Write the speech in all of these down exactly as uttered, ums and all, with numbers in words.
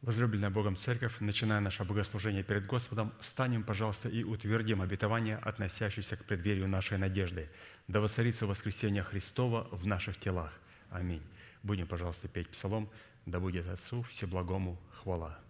Возлюбленная Богом Церковь, начиная наше богослужение перед Господом, встанем, пожалуйста, и утвердим обетование, относящееся к преддверию нашей надежды. Да воцарится воскресение Христова в наших телах. Аминь. Будем, пожалуйста, петь псалом: «Да будет Отцу Всеблагому хвала».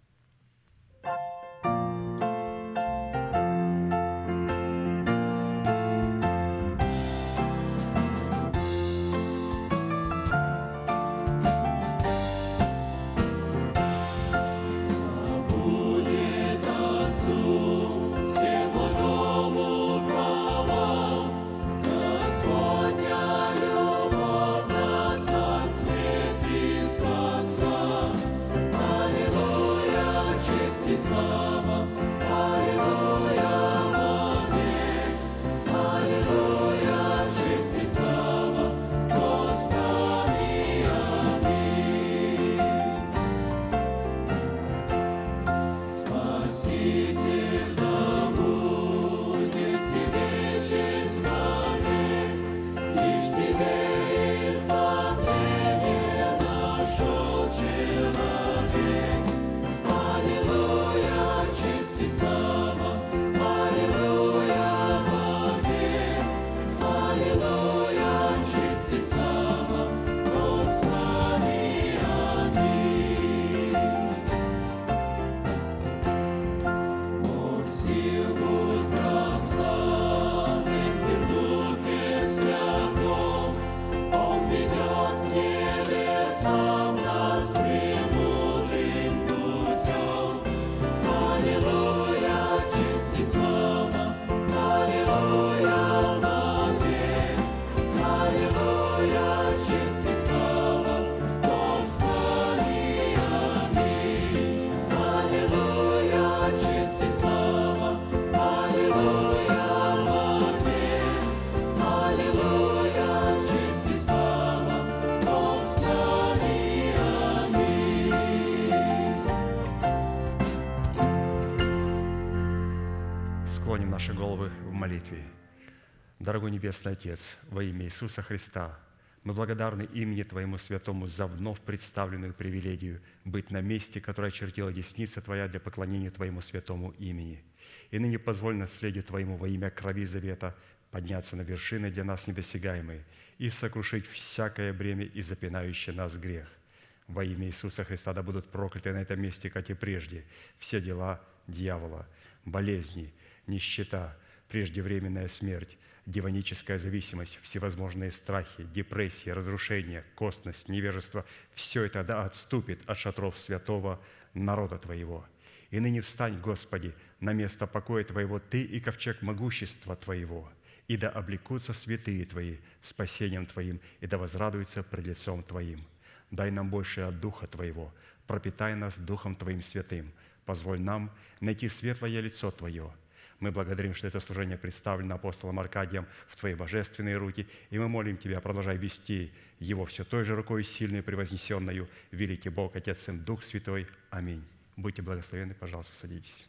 Дорогой Небесный Отец, во имя Иисуса Христа, мы благодарны имени Твоему Святому за вновь представленную привилегию быть на месте, которое очертила десница Твоя для поклонения Твоему святому имени. И ныне позволь наследию Твоему во имя крови завета подняться на вершины для нас недосягаемые и сокрушить всякое бремя и запинающее нас грех. Во имя Иисуса Христа да будут прокляты на этом месте, как и прежде, все дела дьявола, болезни, нищета, преждевременная смерть, демоническая зависимость, всевозможные страхи, депрессии, разрушения, косность, невежество – все это да отступит от шатров святого народа Твоего. И ныне встань, Господи, на место покоя Твоего Ты и ковчег могущества Твоего, и да облекутся святые Твои спасением Твоим, и да возрадуются пред лицом Твоим. Дай нам больше от Духа Твоего, пропитай нас Духом Твоим святым, позволь нам найти светлое лицо Твое. Мы благодарим, что это служение представлено апостолом Аркадием в Твои божественные руки, и мы молим Тебя, продолжай вести его все той же рукой сильной, превознесенную, великий Бог, Отец, Сын, Дух Святой. Аминь. Будьте благословенны, пожалуйста, садитесь.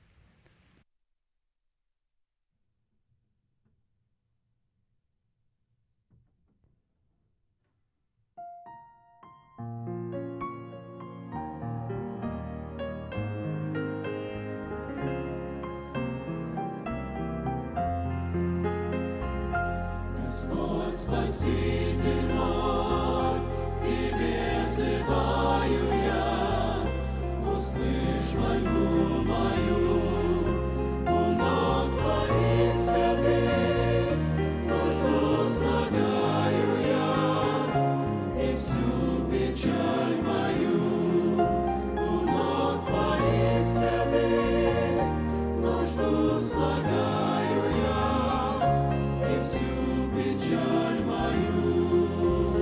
Спаситель мой, Тебе взываю я, услышь мольбу мою, у ног Твоих святых, нужду слагаю я, и всю печаль мою, у ног Твоих святых, нужду слагаю я, и всю печаль мою.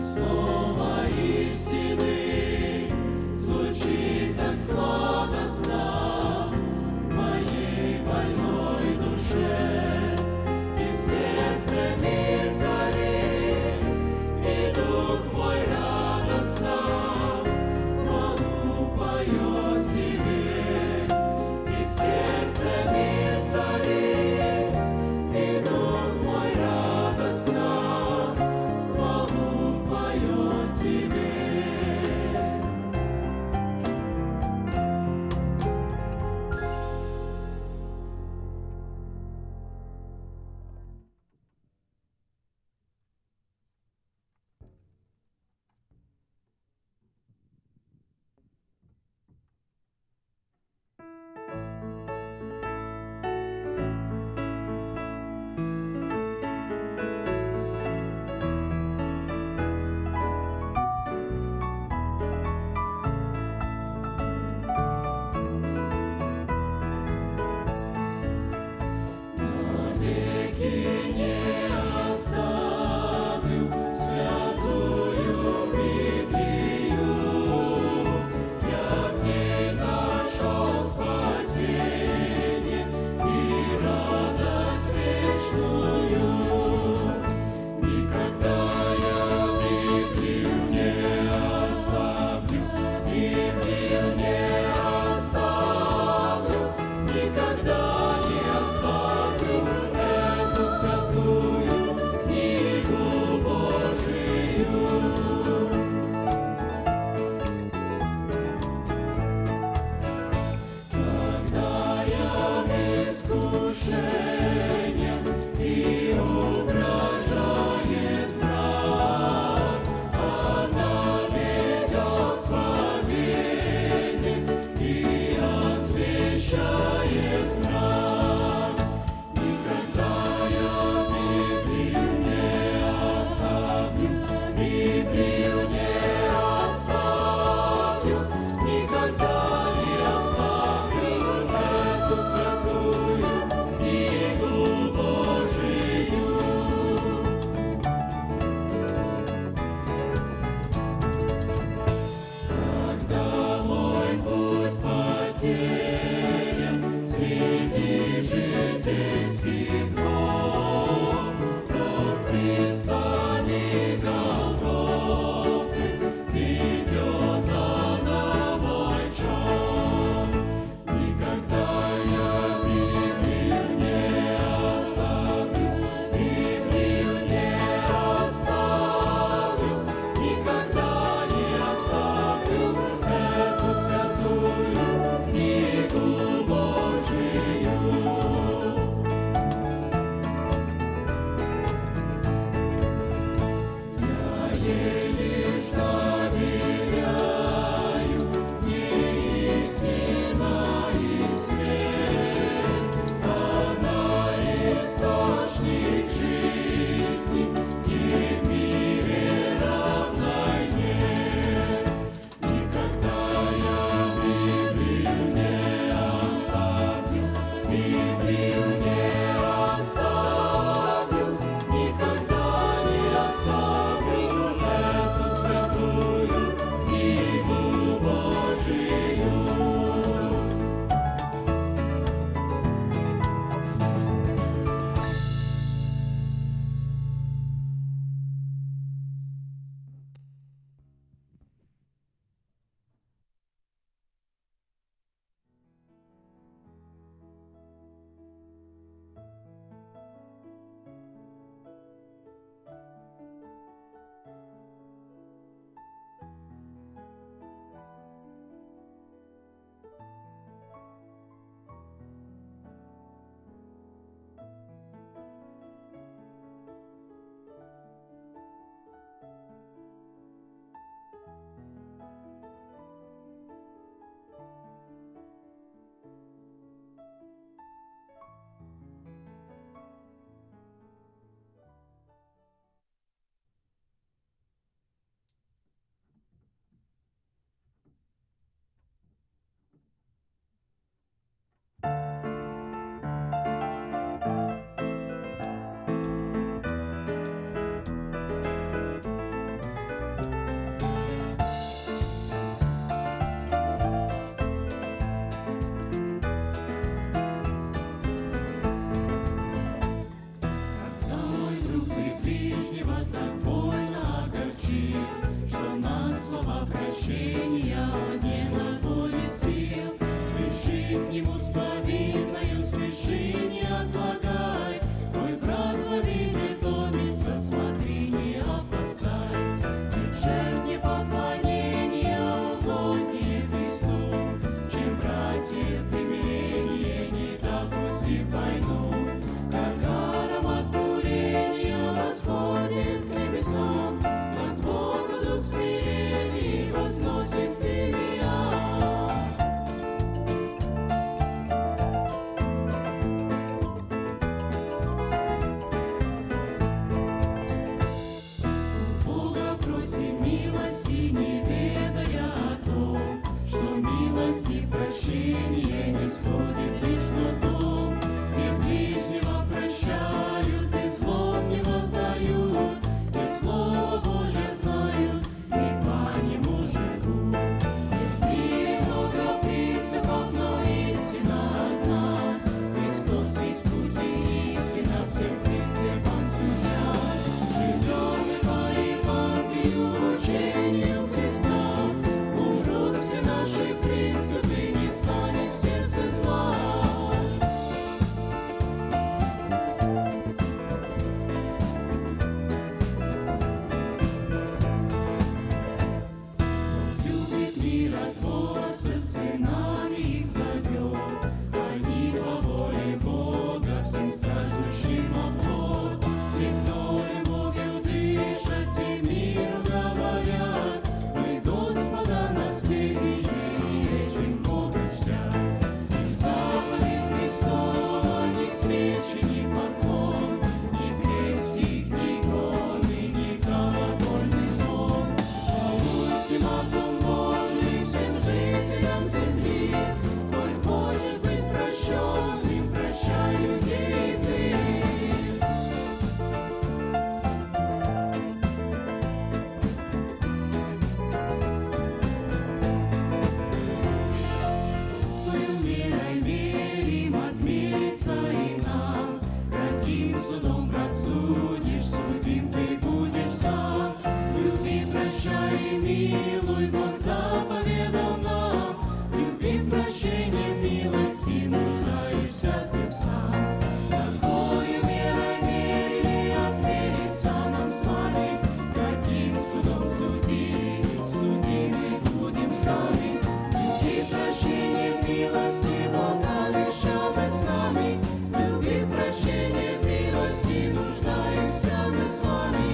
Слово истины звучит так сладостно в моей больной душе, и в сердце мир царит, и дух мой радостно хвалу поет тебе, и в сердце мир царит, и дух мой радостно хвалу поет. так больно огорчил, что на слова прощения не находит сил. Спеши к нему с повинною, спеши, не отлагай. Твой брат во виде томится, смотри, не опоздай. Ведь жертве поклонения угоднее Христу, чем братьев примирение, не допустив войну. Как аромат курения восходит к небесам, так Бога дух в смирении возносит фимиам. Бога просим милости, не ведая о том, что милость и прощение не сходит лишь на дом, где ближнего прощают и злом не воздают, где Слово Божие знают и по нему живут. Здесь в мире много принципов, но истина одна. Христос есть путь и истина, всем принципам судья. Живем мы по Евангелию, учению Христа. Умрут все наши принципы, не станет в сердце зла. Любит миротворцев, сынами их зовет. Они по воле Бога всем страждущим оплот. Те, кто любовью дышат, те миру говорят. Мы Господа наследие и речень Бога чтят. Ни заповедь Христова, ни свечи, ни поклон, ни крестик, ни иконы, ни колокольный звон. Ультиматум Божий всем жителям земли: коль хочешь быть прощенным, прощай людей ты. Мы мерой мерим, отмерится и нам. Каким судом, брат, судишь, судим ты будешь сам. Люби, прощай и милуй, Бог заповедал нам. Люби, прощение, милости, нуждаешься ты сам. Какою мерой мерили, отмерится нам с вами. Каким судом судили, судимы будем сами. Люби, прощение, милости, Бог обещал быть с нами. Люби, прощение, милости, нуждаемся мы с вами.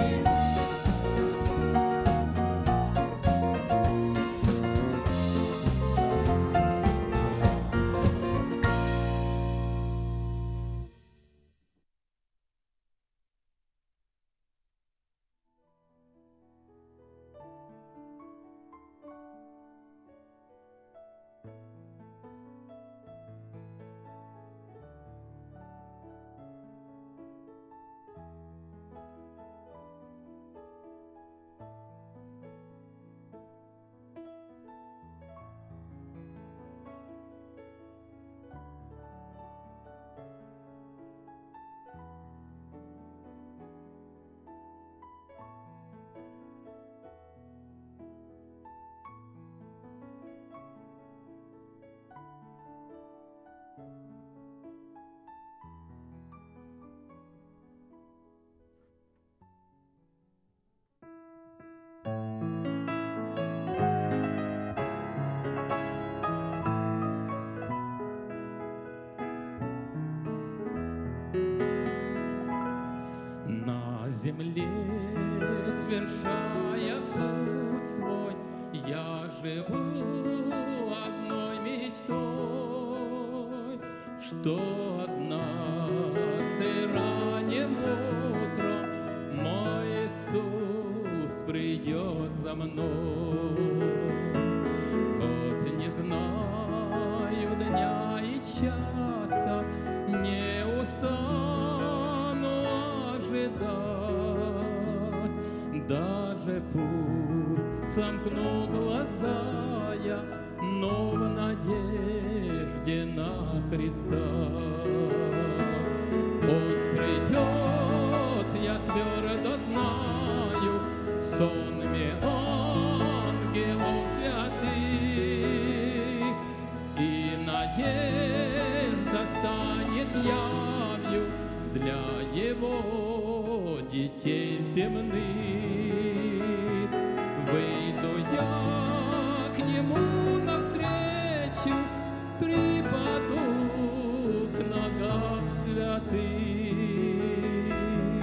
На земле, свершая путь свой, я живу одной мечтой, что однажды ранним утром мой Иисус придет за мной. Хоть не знаю дня и часа, не устану ожидать. Даже пусть сомкну глаза я, но в надежде на Христа. Он придет, я твердо знаю, в сонме ангелов святых, и надежда станет явью для Его детей земных. Выйду я к Нему навстречу, припаду к ногам святых.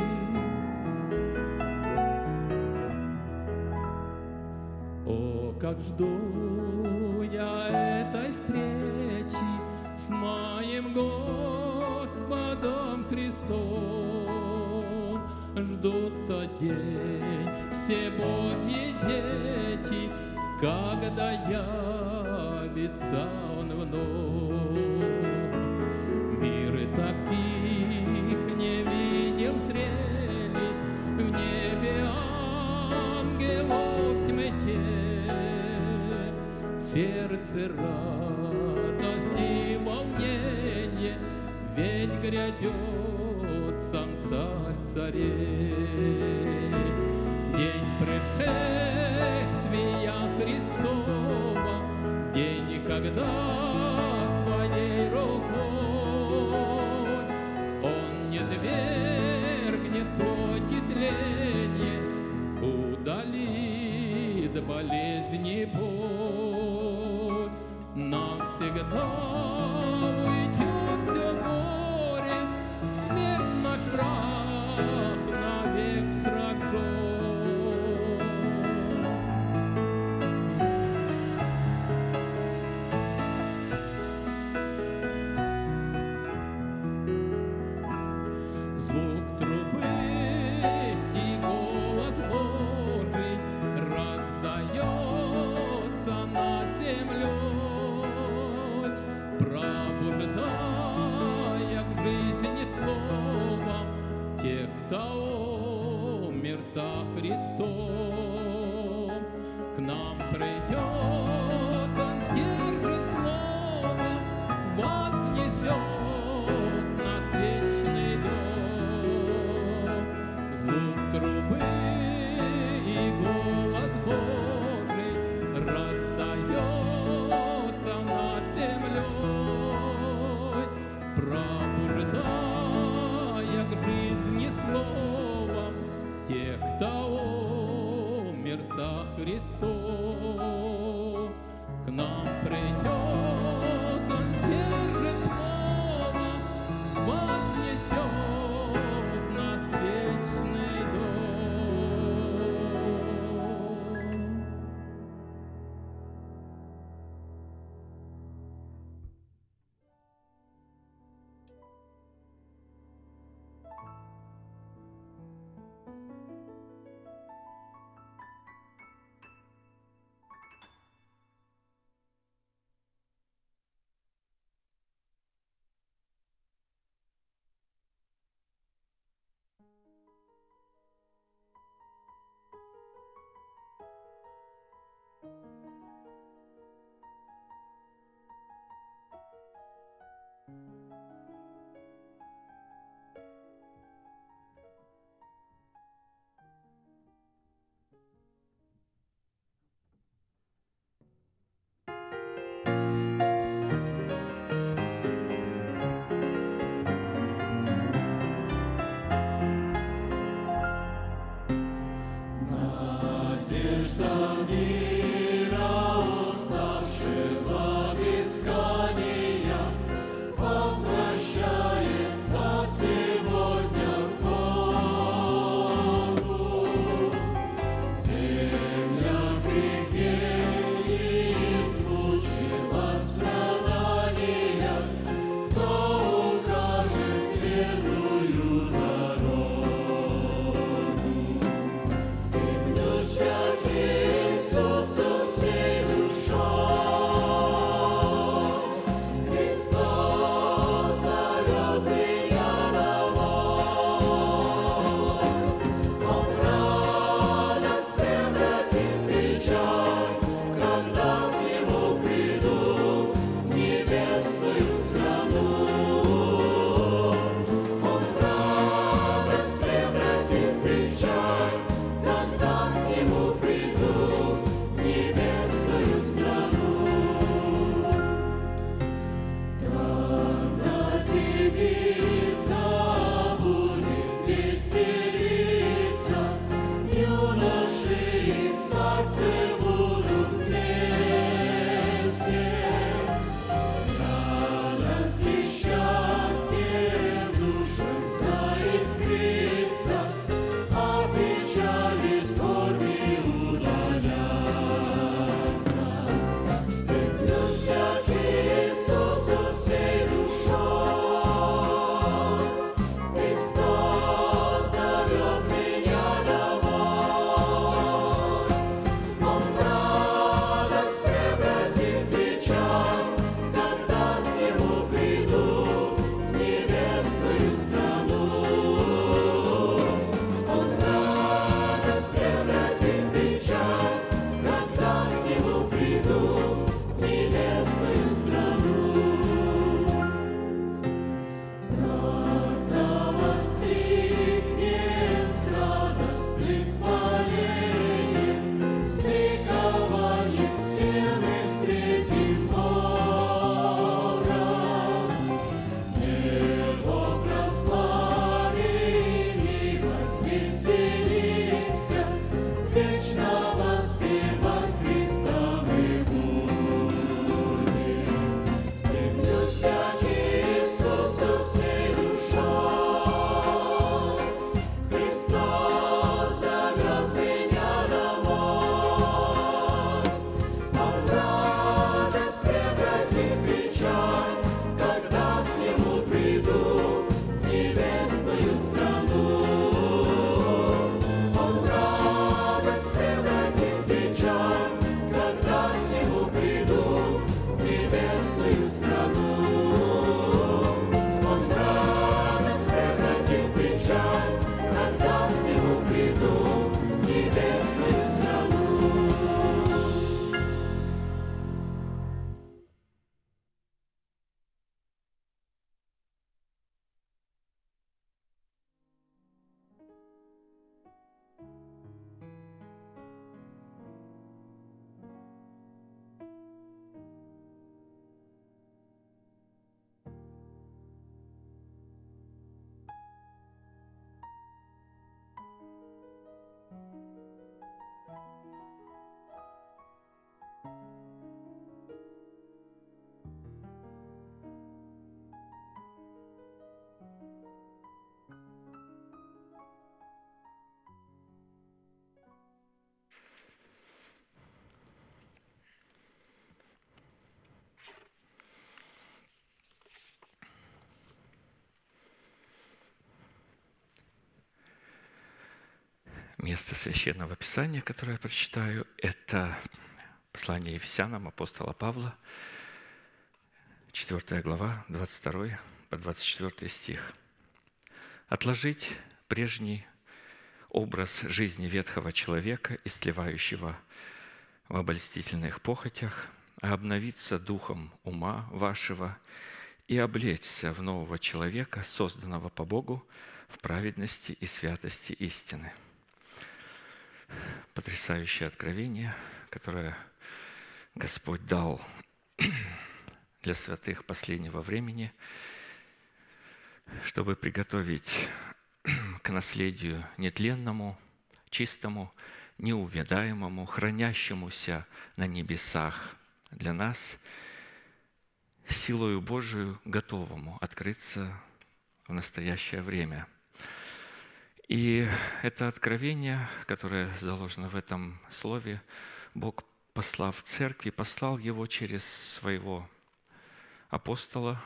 О, как жду я этой встречи с моим Господом Христом. Ждут тот день все Божьи дети, когда явится Он вновь. Мир таких не видел зрелищ, в небе ангелов темноте, в сердце радость и волнение, ведь грядет сам Царь царей. День пришествия Христова, день, когда своей рукой Он не свергнет плоть и тление, удалит болезни боль. Навсегда уйдет все горе, смерть наш враг навек сражен. Звук трубы и голос Божий раздается над землей, пробуждая к жизни словом тех, кто умер со Христом. К нам придет Он, сдержит слово, вознесет нас в вечный дом. Звук трубы и голос Божий раздается над землей, пробуждая к жизни словом тех, кто умер со Христом. К нам придет Он, сдержит слово, вознесет нас в вечный дом. So место Священного Писания, которое я прочитаю, это послание Ефесянам апостола Павла, четвёртая глава, двадцать второй по двадцать четвёртый стих. «Отложить прежний образ жизни ветхого человека, истлевающего в обольстительных похотях, а обновиться духом ума вашего и облечься в нового человека, созданного по Богу в праведности и святости истины». Потрясающее откровение, которое Господь дал для святых последнего времени, чтобы приготовить к наследию нетленному, чистому, неувядаемому, хранящемуся на небесах для нас, силою Божию готовому открыться в настоящее время. И это откровение, которое заложено в этом слове, Бог, послав в церкви, послал его через своего апостола,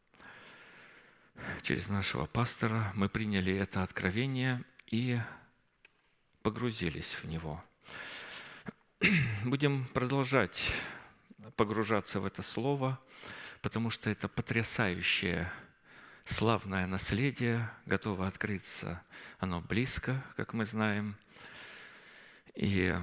через нашего пастора. Мы приняли это откровение и погрузились в него. Будем продолжать погружаться в это слово, потому что это потрясающее, славное наследие, готово открыться. Оно близко, как мы знаем. И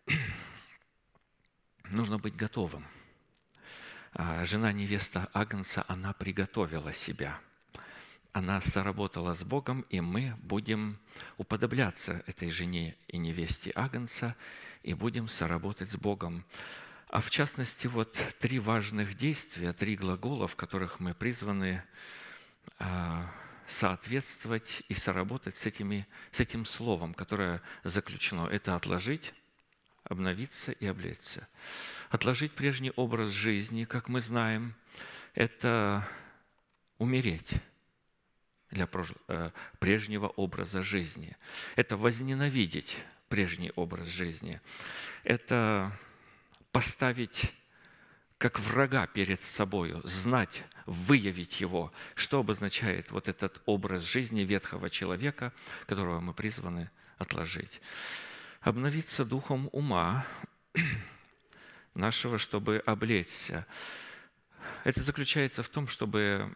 нужно быть готовым. Жена невеста Агнца, она приготовила себя. Она соработала с Богом, и мы будем уподобляться этой жене и невесте Агнца, и будем соработать с Богом. А в частности, вот три важных действия, три глагола, в которых мы призваны соответствовать и соработать с, этими, с этим словом, которое заключено. Это отложить, обновиться и облечься. Отложить прежний образ жизни, как мы знаем, это умереть для прежнего образа жизни. Это возненавидеть прежний образ жизни. Это поставить как врага перед собою, знать, выявить его, что обозначает вот этот образ жизни ветхого человека, которого мы призваны отложить. Обновиться духом ума нашего, чтобы облечься. Это заключается в том, чтобы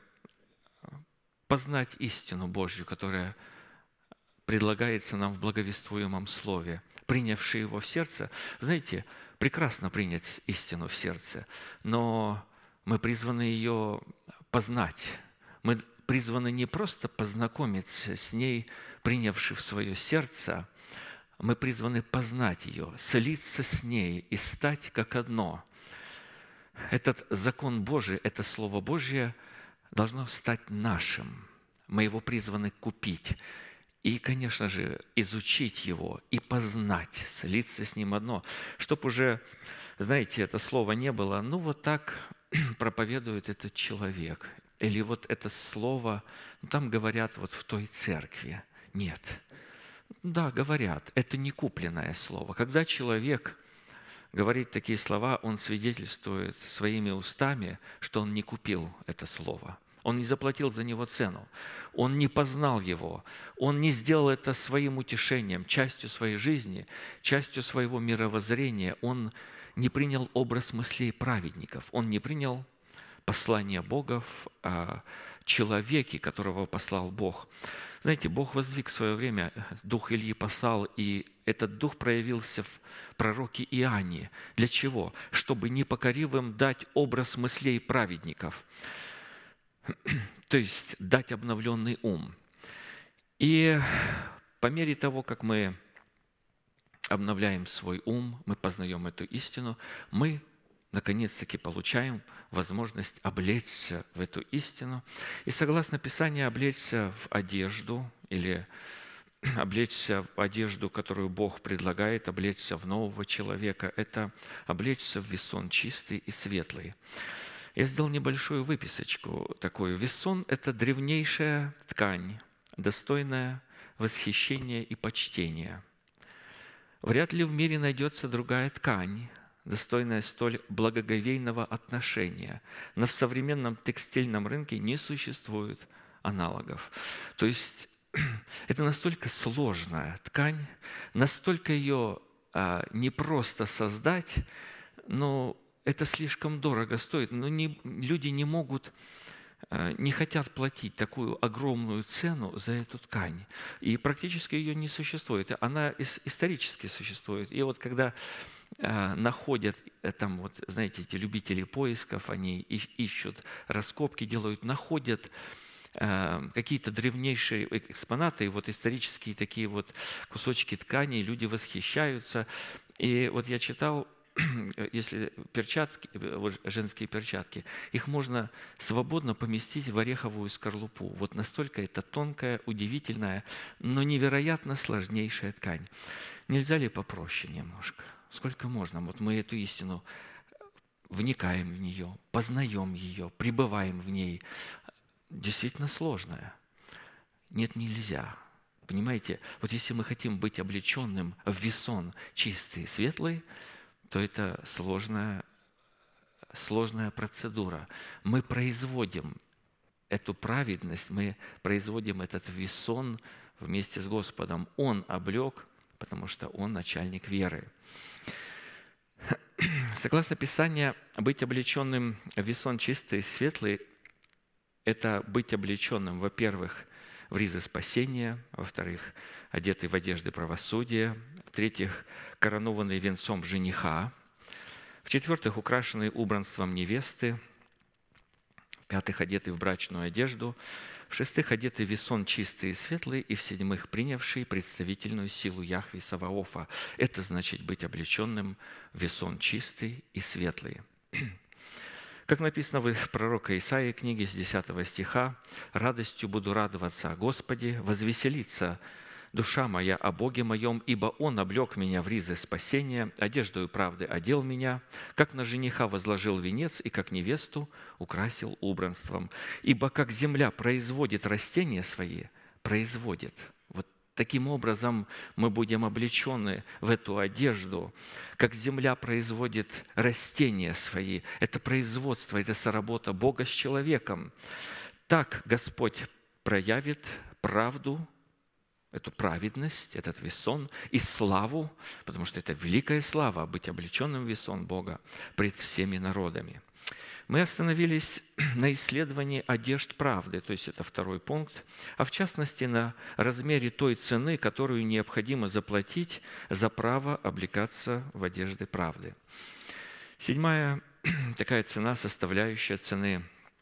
познать истину Божью, которая предлагается нам в благовествуемом слове. Принявший его в сердце, знаете, прекрасно принять истину в сердце, но мы призваны ее познать. Мы призваны не просто познакомиться с ней, принявши в свое сердце, мы призваны познать ее, слиться с ней и стать как одно. Этот закон Божий, это Слово Божье должно стать нашим. Мы его призваны купить. И, конечно же, изучить его и познать, слиться с ним одно. Чтоб уже, знаете, это слово не было, ну вот так проповедует этот человек. Или вот это слово, ну, там говорят вот в той церкви. Нет. Да, говорят, это не купленное слово. Когда человек говорит такие слова, он свидетельствует своими устами, что он не купил это слово. Он не заплатил за него цену. Он не познал его. Он не сделал это своим утешением, частью своей жизни, частью своего мировоззрения. Он не принял образ мыслей праведников. Он не принял послание Бога о человеке, которого послал Бог. Знаете, Бог воздвиг в свое время, дух Ильи послал, и этот дух проявился в пророке Иоанне. Для чего? Чтобы непокоривым дать образ мыслей праведников. То есть дать обновленный ум. И по мере того, как мы обновляем свой ум, мы познаем эту истину, мы наконец-таки получаем возможность облечься в эту истину. И согласно Писанию, облечься в одежду или облечься в одежду, которую Бог предлагает, облечься в нового человека, это облечься в весон чистый и светлый. Я сделал небольшую выписочку такую. Весон – это древнейшая ткань, достойная восхищения и почтения. Вряд ли в мире найдется другая ткань, достойная столь благоговейного отношения. Но в современном текстильном рынке не существует аналогов. То есть это настолько сложная ткань, настолько ее а, непросто создать, но это слишком дорого стоит. Но не, люди не могут, а, не хотят платить такую огромную цену за эту ткань. И практически ее не существует. Она ис- исторически существует. И вот когда а, находят, там вот, знаете, эти любители поисков, они и- ищут, раскопки делают, находят какие-то древнейшие экспонаты, вот исторические такие вот кусочки ткани, люди восхищаются. И вот я читал, если перчатки, вот женские перчатки, их можно свободно поместить в ореховую скорлупу. Вот настолько это тонкая, удивительная, но невероятно сложнейшая ткань. Нельзя ли попроще немножко? Сколько можно? Вот мы эту истину вникаем в нее, познаем ее, пребываем в ней. Действительно сложная. Нет, нельзя. Понимаете, вот если мы хотим быть облеченным в весон чистый, светлый, то это сложная, сложная процедура. Мы производим эту праведность, мы производим этот весон вместе с Господом. Он облег, потому что Он начальник веры. Согласно Писанию, быть облеченным в весон чистый, светлый – это быть облеченным, во-первых, в ризы спасения, во-вторых, одетый в одежды правосудия, в-третьих, коронованный венцом жениха, в-четвертых, украшенный убранством невесты, в-пятых, одетый в брачную одежду, в-шестых, одетый в весон чистый и светлый, и в-седьмых, принявший представительную силу Яхве Саваофа. Это значит быть облеченным в весон чистый и светлый. Как написано в пророка Исаии книге с десятого стиха, «Радостью буду радоваться о Господе, возвеселится душа моя о Боге моем, ибо Он облег меня в ризы спасения, одеждою правды одел меня, как на жениха возложил венец, и как невесту украсил убранством. Ибо как земля производит растения свои, производит». Вот таким образом мы будем облечены в эту одежду, как земля производит растения свои. Это производство, это соработа Бога с человеком. Так Господь проявит правду, эту праведность, этот весон и славу, потому что это великая слава быть облеченным в весон Бога пред всеми народами. Мы остановились на исследовании одежд правды, то есть это второй пункт, а в частности на размере той цены, которую необходимо заплатить за право облекаться в одежды правды. Седьмая такая цена, составляющая цены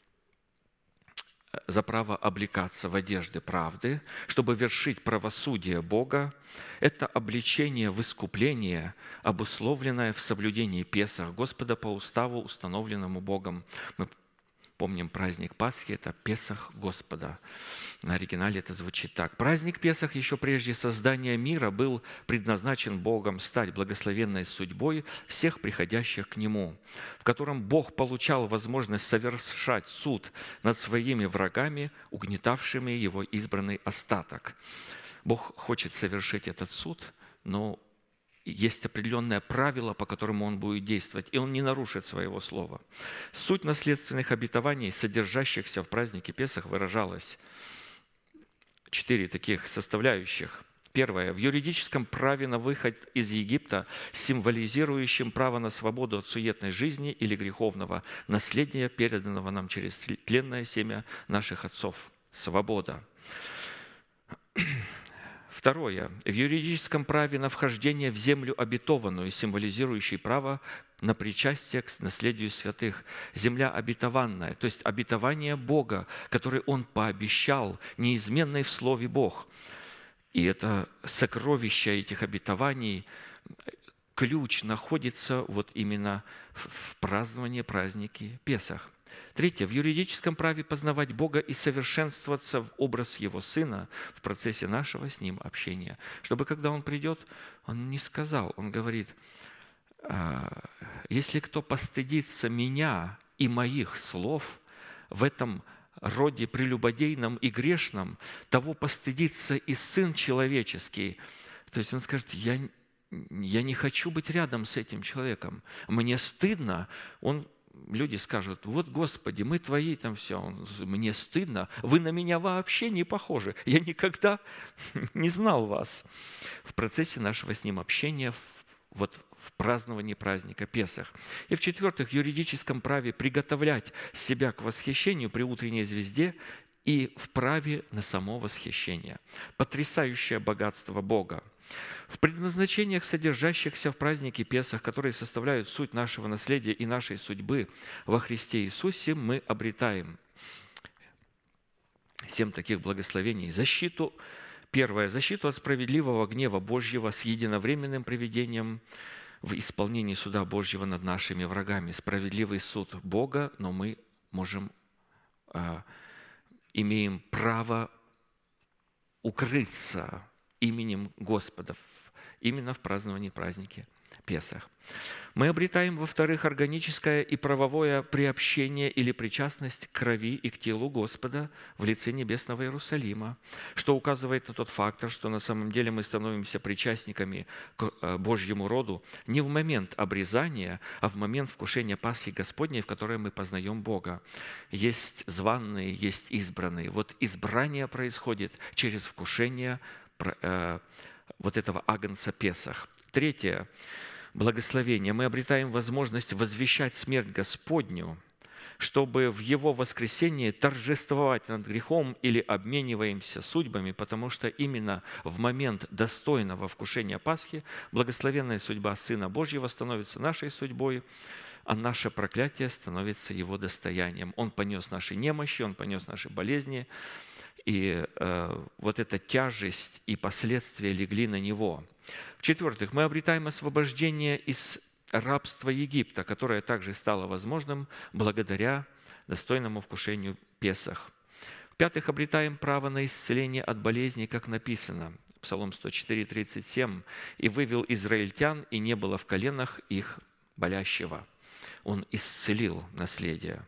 за право облекаться в одежды правды, чтобы вершить правосудие Бога, это облечение в искупление, обусловленное в соблюдении Песах Господа по уставу, установленному Богом. Мы помним праздник Пасхи, это Песах Господа. На оригинале это звучит так. Праздник Песах еще прежде создания мира был предназначен Богом стать благословенной судьбой всех приходящих к Нему, в котором Бог получал возможность совершать суд над своими врагами, угнетавшими Его избранный остаток. Бог хочет совершить этот суд, но есть определенное правило, по которому Он будет действовать, и Он не нарушит своего слова. Суть наследственных обетований, содержащихся в празднике Песах, выражалась четыре таких составляющих. Первое. В юридическом праве на выход из Египта, символизирующем право на свободу от суетной жизни или греховного наследия, переданного нам через тленное семя наших отцов. Свобода. Второе. В юридическом праве на вхождение в землю обетованную, символизирующей право на причастие к наследию святых. Земля обетованная, то есть обетование Бога, которое Он пообещал, неизменный в Слове Бог. И это сокровище этих обетований, ключ находится вот именно в праздновании праздники Песах. Третье. В юридическом праве познавать Бога и совершенствоваться в образ Его Сына в процессе нашего с Ним общения. Чтобы, когда Он придет, Он не сказал, Он говорит, если кто постыдится Меня и Моих слов в этом роде прелюбодейном и грешном, того постыдится и Сын Человеческий. То есть Он скажет, я, я не хочу быть рядом с этим человеком. Мне стыдно. Он люди скажут: вот, Господи, мы Твои, там все, мне стыдно, вы на меня вообще не похожи, я никогда не знал вас. В процессе нашего с Ним общения, в, вот в праздновании праздника Песах. И в-четвертых, в юридическом праве приготовлять себя к восхищению при утренней звезде и в праве на само восхищение. Потрясающее богатство Бога. В предназначениях, содержащихся в празднике Песах, которые составляют суть нашего наследия и нашей судьбы во Христе Иисусе, мы обретаем семь таких благословений. Защиту, первое, защиту от справедливого гнева Божьего с единовременным приведением в исполнении суда Божьего над нашими врагами. Справедливый суд Бога, но мы можем, э, имеем право укрыться именем Господа именно в праздновании праздники Песах. Мы обретаем, во-вторых, органическое и правовое приобщение или причастность к крови и к телу Господа в лице небесного Иерусалима, что указывает на тот фактор, что на самом деле мы становимся причастниками к Божьему роду не в момент обрезания, а в момент вкушения Пасхи Господней, в которой мы познаем Бога. Есть званные, есть избранные. Вот избрание происходит через вкушение вот этого агнца Песах. Третье. Благословение. Мы обретаем возможность возвещать смерть Господню, чтобы в Его воскресении торжествовать над грехом или обмениваемся судьбами, потому что именно в момент достойного вкушения Пасхи благословенная судьба Сына Божьего становится нашей судьбой, а наше проклятие становится Его достоянием. Он понес наши немощи, Он понес наши болезни, и э, вот эта тяжесть и последствия легли на Него. В-четвертых, мы обретаем освобождение из рабства Египта, которое также стало возможным благодаря достойному вкушению Песах. В-пятых, обретаем право на исцеление от болезней, как написано, Псалом сто четыре, тридцать семь, «И вывел израильтян, и не было в коленах их болящего». Он исцелил наследие.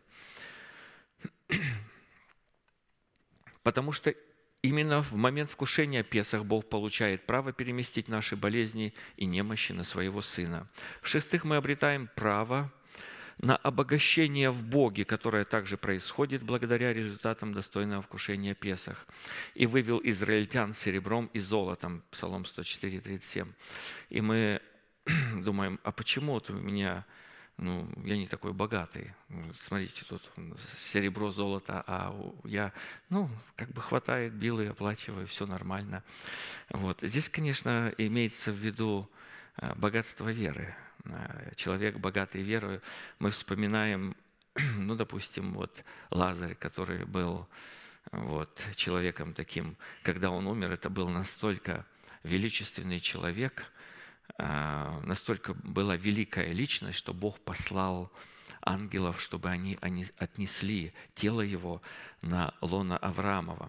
Потому что именно в момент вкушения Песах Бог получает право переместить наши болезни и немощи на Своего Сына. В-шестых, мы обретаем право на обогащение в Боге, которое также происходит благодаря результатам достойного вкушения Песах. «И вывел израильтян серебром и золотом» Псалом сто четыре, тридцать семь. И мы думаем: а почему вот у меня... Ну, я не такой богатый. Смотрите, тут серебро, золото, а я, ну, как бы хватает, билы, оплачиваю, все нормально. Вот. Здесь, конечно, имеется в виду богатство веры. Человек, богатый верой, мы вспоминаем, ну, допустим, вот Лазарь, который был вот, человеком таким, когда он умер, это был настолько величественный человек, настолько была великая личность, что Бог послал ангелов, чтобы они, они отнесли тело его на лоно Авраамова.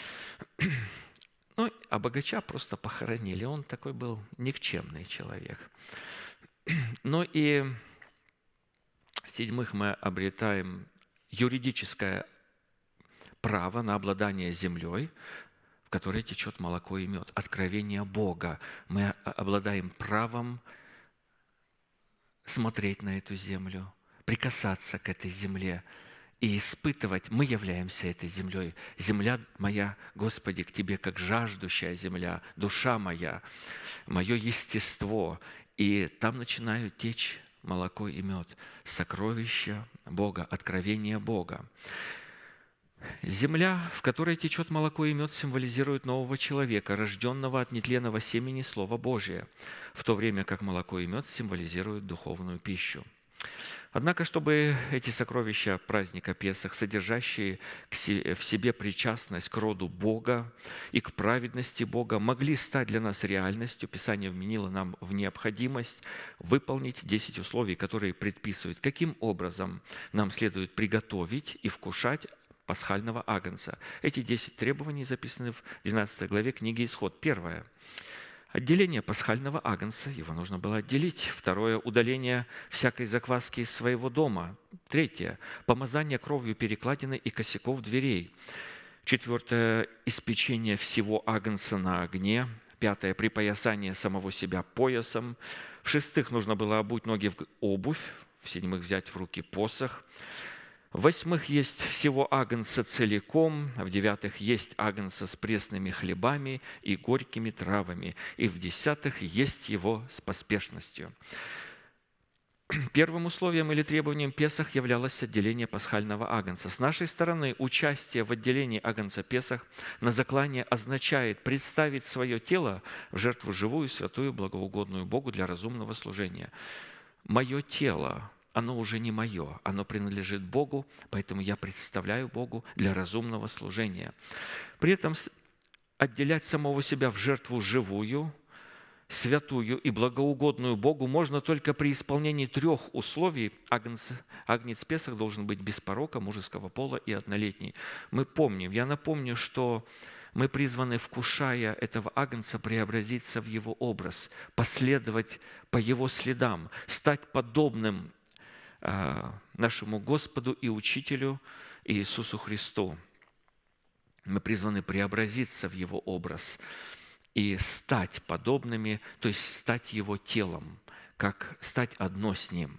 Ну, а богача просто похоронили. Он такой был никчемный человек. Ну и в-седьмых, мы обретаем юридическое право на обладание землей, в которой течет молоко и мед. Откровение Бога. Мы обладаем правом смотреть на эту землю, прикасаться к этой земле и испытывать. Мы являемся этой землей. Земля моя, Господи, к Тебе, как жаждущая земля, душа моя, мое естество. И там начинают течь молоко и мед. Сокровища Бога, откровение Бога. Земля, в которой течет молоко и мед, символизирует нового человека, рожденного от нетленного семени Слова Божия, в то время как молоко и мед символизируют духовную пищу. Однако, чтобы эти сокровища праздника Песах, содержащие в себе причастность к роду Бога и к праведности Бога, могли стать для нас реальностью, Писание вменило нам в необходимость выполнить десять условий, которые предписывают, каким образом нам следует приготовить и вкушать пасхального агнца. Эти десять требований записаны в двенадцатой главе книги Исход. Первое. Отделение пасхального агнца, его нужно было отделить. Второе. Удаление всякой закваски из своего дома. Третье. Помазание кровью перекладины и косяков дверей. Четвертое. Испечение всего агнца на огне. Пятое. Припоясание самого себя поясом. В-шестых, нужно было обуть ноги в обувь. В-седьмых, взять в руки посох. В-восьмых, есть всего агнца целиком. В-девятых, есть агнца с пресными хлебами и горькими травами. И в-десятых, есть его с поспешностью. Первым условием или требованием Песах являлось отделение пасхального агнца. С нашей стороны, участие в отделении агнца Песах на заклание означает представить свое тело в жертву живую, святую, благоугодную Богу для разумного служения. Мое тело, оно уже не мое, оно принадлежит Богу, поэтому я представляю Богу для разумного служения. При этом отделять самого себя в жертву живую, святую и благоугодную Богу можно только при исполнении трех условий. Агнец, агнец Песах должен быть без порока, мужеского пола и однолетний. Мы помним, я напомню, что мы призваны, вкушая этого агнца, преобразиться в его образ, последовать по его следам, стать подобным э, нашему Господу и Учителю Иисусу Христу. Мы призваны преобразиться в его образ и стать подобными, то есть стать Его телом, как стать одно с Ним.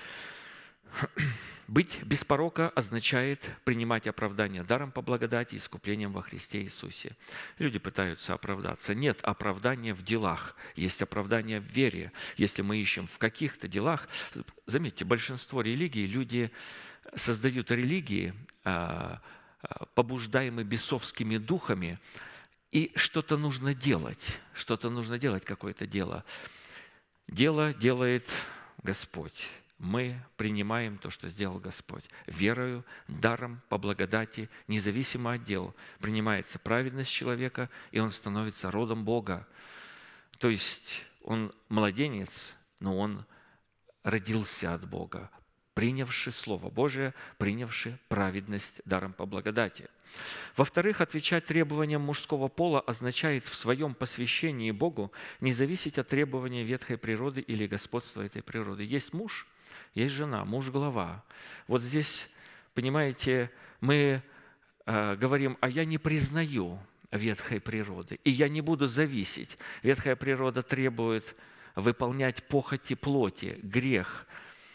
Быть без порока означает принимать оправдание даром по благодати и искуплением во Христе Иисусе. Люди пытаются оправдаться. Нет оправдания в делах, есть оправдание в вере. Если мы ищем в каких-то делах, заметьте, большинство религий, люди создают религии, побуждаемые бесовскими духами, и что-то нужно делать, что-то нужно делать, какое-то дело. Дело делает Господь. Мы принимаем то, что сделал Господь. Верою, даром, по благодати, независимо от дел, принимается праведность человека, и он становится родом Бога. То есть он младенец, но он родился от Бога, принявший Слово Божие, принявший праведность даром по благодати. Во-вторых, отвечать требованиям мужского пола означает в своем посвящении Богу не зависеть от требований ветхой природы или господства этой природы. Есть муж, есть жена, муж – глава. Вот здесь, понимаете, мы э, говорим, а я не признаю ветхой природы, и я не буду зависеть. Ветхая природа требует выполнять похоти плоти, грех,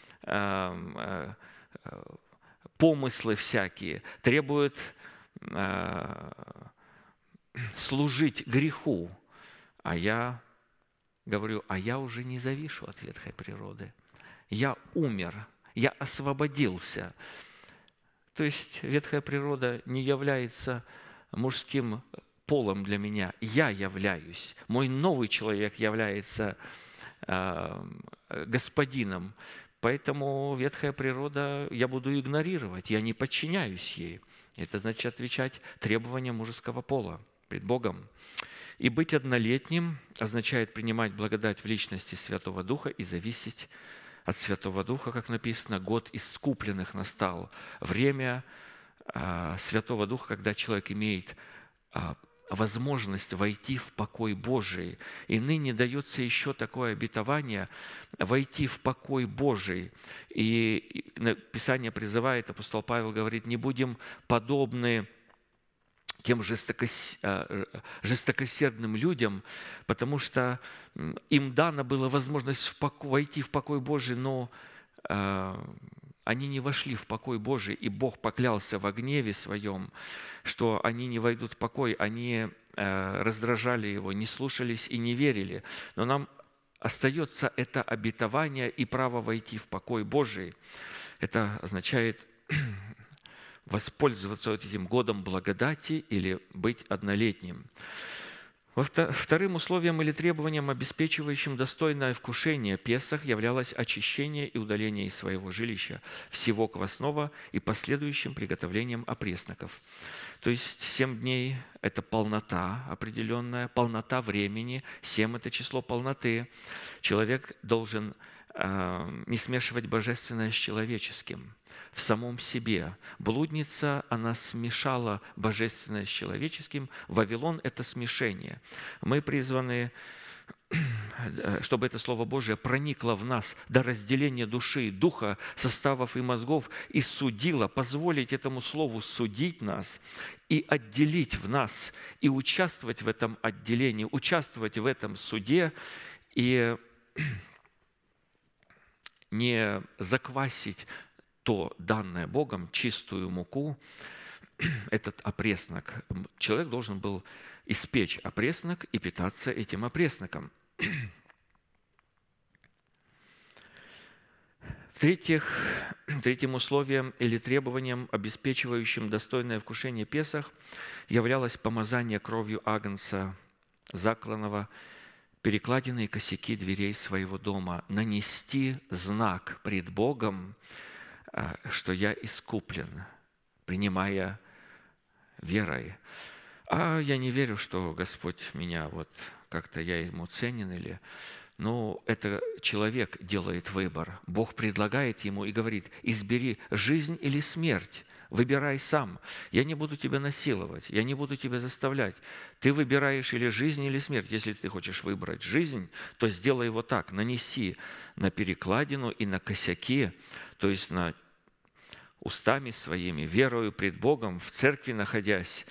помыслы всякие, требует служить греху. А я говорю, а я уже не завишу от ветхой природы. Я умер, я освободился. То есть ветхая природа не является мужским полом для меня. Я являюсь. Мой новый человек является господином. Поэтому ветхая природа я буду игнорировать, я не подчиняюсь ей. Это значит отвечать требованиям мужеского пола пред Богом. И быть однолетним означает принимать благодать в личности Святого Духа и зависеть от Святого Духа, как написано, год искупленных настал. Время а, Святого Духа, когда человек имеет а, возможность войти в покой Божий. И ныне дается еще такое обетование войти в покой Божий. И Писание призывает, апостол Павел говорит, не будем подобны тем жестокос... жестокосердным людям, потому что им дано было возможность в покой, войти в покой Божий, но они не вошли в покой Божий, и Бог поклялся во гневе своем, что они не войдут в покой, они раздражали Его, не слушались и не верили. Но нам остается это обетование и право войти в покой Божий. Это означает воспользоваться этим годом благодати или быть однолетним. Вторым условием или требованием, обеспечивающим достойное вкушение Песах, являлось очищение и удаление из своего жилища всего квасного и последующим приготовлением опресноков. То есть семь дней – это полнота определенная, полнота времени, семь – это число полноты. Человек должен э, не смешивать божественное с человеческим в самом себе. Блудница, она смешала божественное с человеческим. Вавилон – это смешение. Мы призваны, чтобы это Слово Божие проникло в нас до разделения души и духа, составов и мозгов, и судило, позволить этому Слову судить нас и отделить в нас, и участвовать в этом отделении, участвовать в этом суде, и не заквасить то данное Богом, чистую муку, этот опреснок. Человек должен был испечь опреснок и питаться этим опресноком. В-третьих, третьим условием или требованием, обеспечивающим достойное вкушение Песах, являлось помазание кровью агнца закланного, перекладины и косяки дверей своего дома, нанести знак пред Богом, что я искуплен, принимая верой. А я не верю, что Господь меня вот как-то я ему ценен или... Но это человек делает выбор. Бог предлагает ему и говорит: избери жизнь или смерть, выбирай сам. Я не буду тебя насиловать, я не буду тебя заставлять. Ты выбираешь или жизнь, или смерть. Если ты хочешь выбрать жизнь, то сделай вот так. Нанеси на перекладину и на косяки, то есть на устами своими, верою пред Богом, в церкви находясь,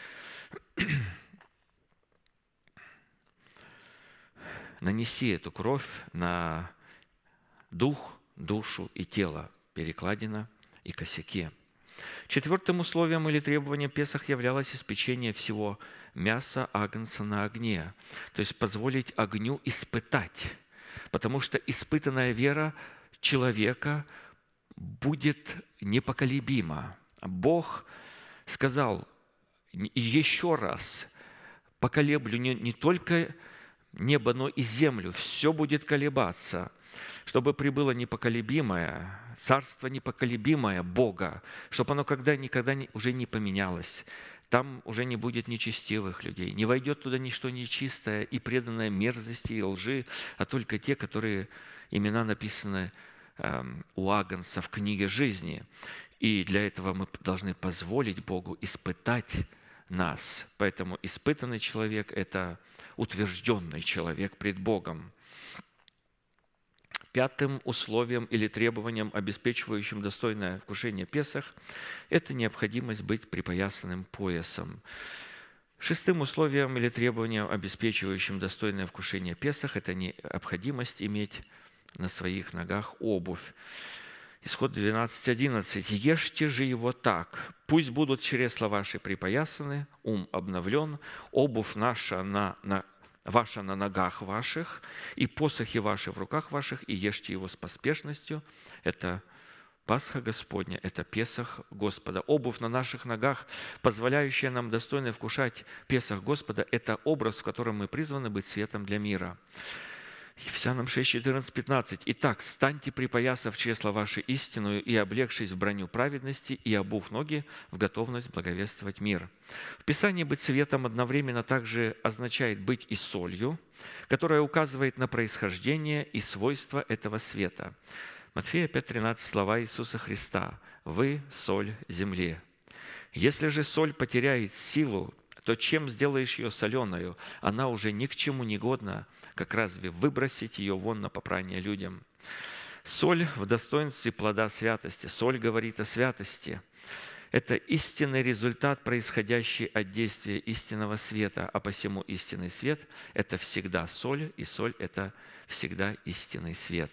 нанеси эту кровь на дух, душу и тело, перекладина и косяки. Четвертым условием или требованием Песах являлось испечение всего мяса агнца на огне, то есть позволить огню испытать, потому что испытанная вера человека будет непоколебима. Бог сказал: еще раз поколеблю не, не только небо, но и землю, все будет колебаться, чтобы прибыло непоколебимое, царство непоколебимое Бога, чтобы оно когда, никогда не, уже не поменялось. Там уже не будет нечестивых людей, не войдет туда ничто нечистое и преданное мерзости и лжи, а только те, которые имена написаны э, у агнца в книге жизни. И для этого мы должны позволить Богу испытать нас. Поэтому испытанный человек – это утвержденный человек пред Богом. Пятым условием или требованием, обеспечивающим достойное вкушение Песах, это необходимость быть припоясанным поясом. Шестым условием или требованием, обеспечивающим достойное вкушение Песах, это необходимость иметь на своих ногах обувь. Исход двенадцать одиннадцать. «Ешьте же его так, пусть будут чресла ваши припоясаны, ум обновлен, обувь наша на, на, ваша на ногах ваших, и посохи ваши в руках ваших, и ешьте его с поспешностью». Это Пасха Господня, это Песах Господа. Обувь на наших ногах, позволяющая нам достойно вкушать Песах Господа, это образ, в котором мы призваны быть светом для мира. Ефесянам шесть, четырнадцать, пятнадцать. «Итак, станьте, припоясав чресла ваши истинную и облегшись в броню праведности и обув ноги в готовность благовествовать мир». В Писании быть светом одновременно также означает быть и солью, которая указывает на происхождение и свойства этого света. Матфея пять тринадцать, слова Иисуса Христа: «Вы – соль земли. Если же соль потеряет силу, то чем сделаешь ее соленою? Она уже ни к чему не годна, как разве выбросить ее вон на попрание людям». Соль в достоинстве плода святости. Соль говорит о святости. Это истинный результат, происходящий от действия истинного света, а посему истинный свет – это всегда соль, и соль – это всегда истинный свет.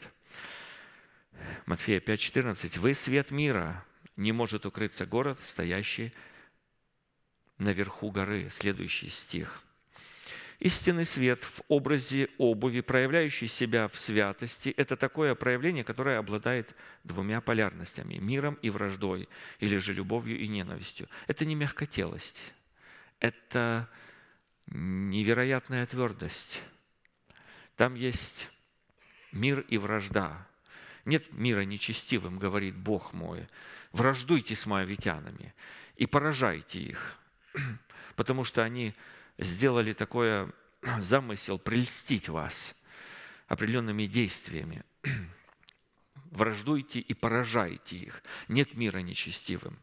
Матфея пять четырнадцать. «Вы свет мира, не может укрыться город, стоящий наверху горы». Следующий стих. Истинный свет в образе обуви, проявляющий себя в святости, это такое проявление, которое обладает двумя полярностями – миром и враждой, или же любовью и ненавистью. Это не мягкотелость, это невероятная твердость. Там есть мир и вражда. Нет мира нечестивым, говорит Бог мой. Враждуйте с моавитянами и поражайте их, потому что они сделали такой замысел прельстить вас определенными действиями. Враждуйте и поражайте их. Нет мира нечестивым.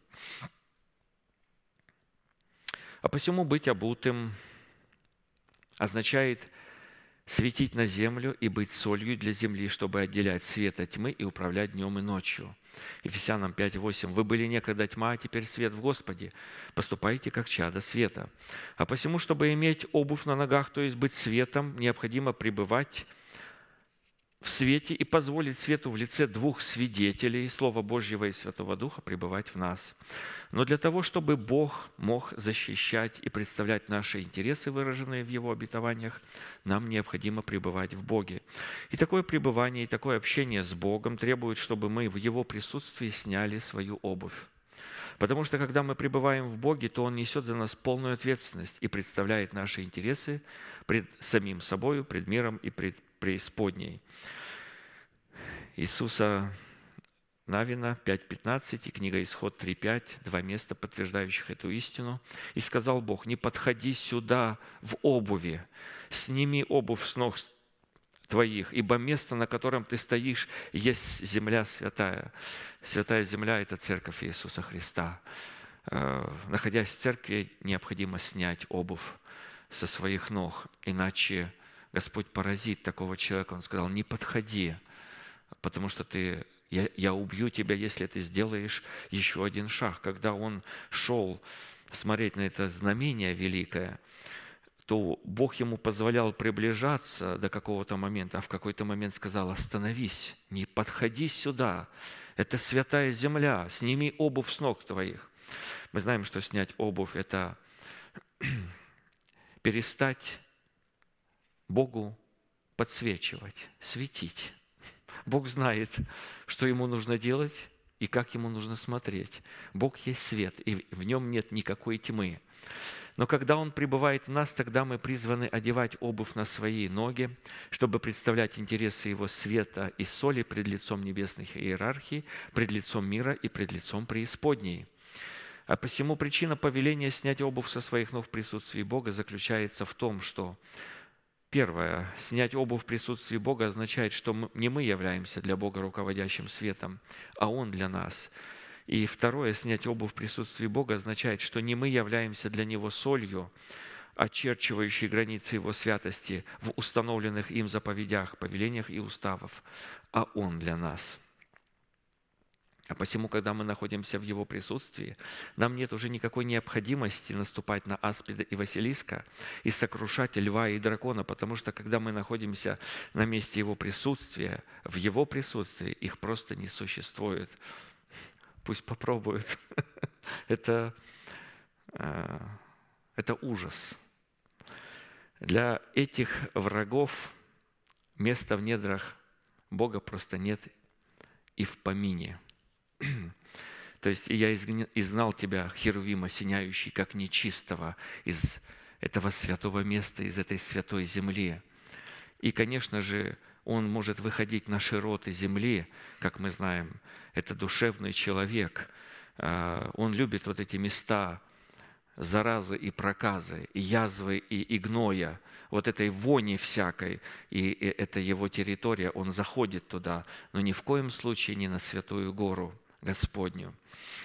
А посему быть обутым означает светить на землю и быть солью для земли, чтобы отделять свет от тьмы и управлять днем и ночью. Ефесянам пять восемь. «Вы были некогда тьма, а теперь свет в Господе. Поступайте, как чада света». А посему, чтобы иметь обувь на ногах, то есть быть светом, необходимо пребывать в свете и позволить свету в лице двух свидетелей, Слова Божьего и Святого Духа, пребывать в нас. Но для того, чтобы Бог мог защищать и представлять наши интересы, выраженные в Его обетованиях, нам необходимо пребывать в Боге. И такое пребывание, и такое общение с Богом требует, чтобы мы в Его присутствии сняли свою обувь. Потому что, когда мы пребываем в Боге, то Он несет за нас полную ответственность и представляет наши интересы пред самим собою, пред миром и пред преисподней. Иисуса Навина пять пятнадцать и книга Исход три пять, два места, подтверждающих эту истину. «И сказал Бог: не подходи сюда в обуви, сними обувь с ног твоих, ибо место, на котором ты стоишь, есть земля святая». Святая земля – это церковь Иисуса Христа. Находясь в церкви, необходимо снять обувь со своих ног, иначе Господь поразит такого человека. Он сказал: не подходи, потому что ты, я, я убью тебя, если ты сделаешь еще один шаг. Когда он шел смотреть на это знамение великое, то Бог ему позволял приближаться до какого-то момента, а в какой-то момент сказал: остановись, не подходи сюда, это святая земля, сними обувь с ног твоих. Мы знаем, что снять обувь – это перестать Богу подсвечивать, светить. Бог знает, что Ему нужно делать и как Ему нужно смотреть. Бог есть свет, и в Нем нет никакой тьмы. Но когда Он пребывает в нас, тогда мы призваны одевать обувь на свои ноги, чтобы представлять интересы Его света и соли пред лицом небесных иерархий, пред лицом мира и пред лицом преисподней. А посему причина повеления снять обувь со своих ног в присутствии Бога заключается в том, что первое, снять обувь в присутствии Бога означает, что мы, не мы являемся для Бога руководящим светом, а Он для нас. И второе, снять обувь в присутствии Бога означает, что не мы являемся для Него солью, очерчивающей границы Его святости в установленных им заповедях, повелениях и уставах, а Он для нас. А посему, когда мы находимся в Его присутствии, нам нет уже никакой необходимости наступать на аспида и Василиска и сокрушать льва и дракона, потому что, когда мы находимся на месте Его присутствия, в Его присутствии их просто не существует. Пусть попробуют. Это, это ужас. Для этих врагов места в недрах Бога просто нет и в помине. То есть «И я изгнал тебя, Херувим, осеняющий, как нечистого, из этого святого места, из этой святой земли». И, конечно же, он может выходить на широты земли, как мы знаем. Это душевный человек. Он любит вот эти места заразы и проказы, и язвы и, и гноя, вот этой вони всякой, и, и это его территория, он заходит туда, но ни в коем случае не на святую гору Господню.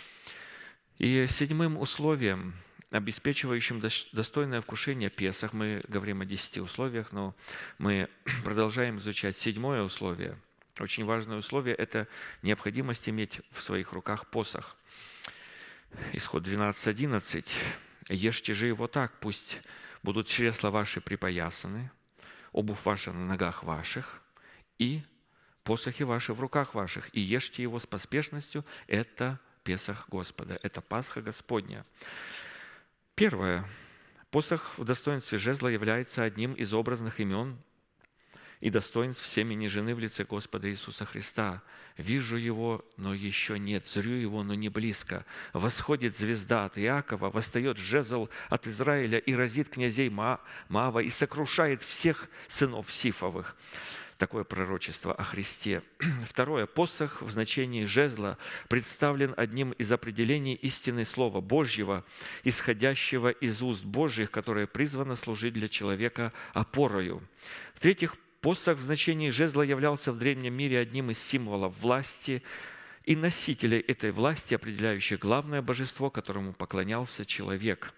И седьмым условием, обеспечивающим достойное вкушение Песах, мы говорим о десяти условиях, но мы продолжаем изучать седьмое условие. Очень важное условие – это необходимость иметь в своих руках посох. Исход двенадцать одиннадцать. «Ешьте же его так, пусть будут чресла ваши припоясаны, обувь ваша на ногах ваших, и посохи ваши в руках ваших, и ешьте его с поспешностью». Это Песах Господа, это Пасха Господня. Первое. Посох в достоинстве жезла является одним из образных имен и достоинств семени жены в лице Господа Иисуса Христа. «Вижу его, но еще нет, зрю его, но не близко. Восходит звезда от Иакова, восстает жезл от Израиля и разит князей Моава и сокрушает всех сынов Сифовых». Такое пророчество о Христе. Второе. Посох в значении жезла представлен одним из определений истины Слова Божьего, исходящего из уст Божьих, которое призвано служить для человека опорою. В-третьих, посох в значении жезла являлся в древнем мире одним из символов власти и носителей этой власти, определяющих главное божество, которому поклонялся человек.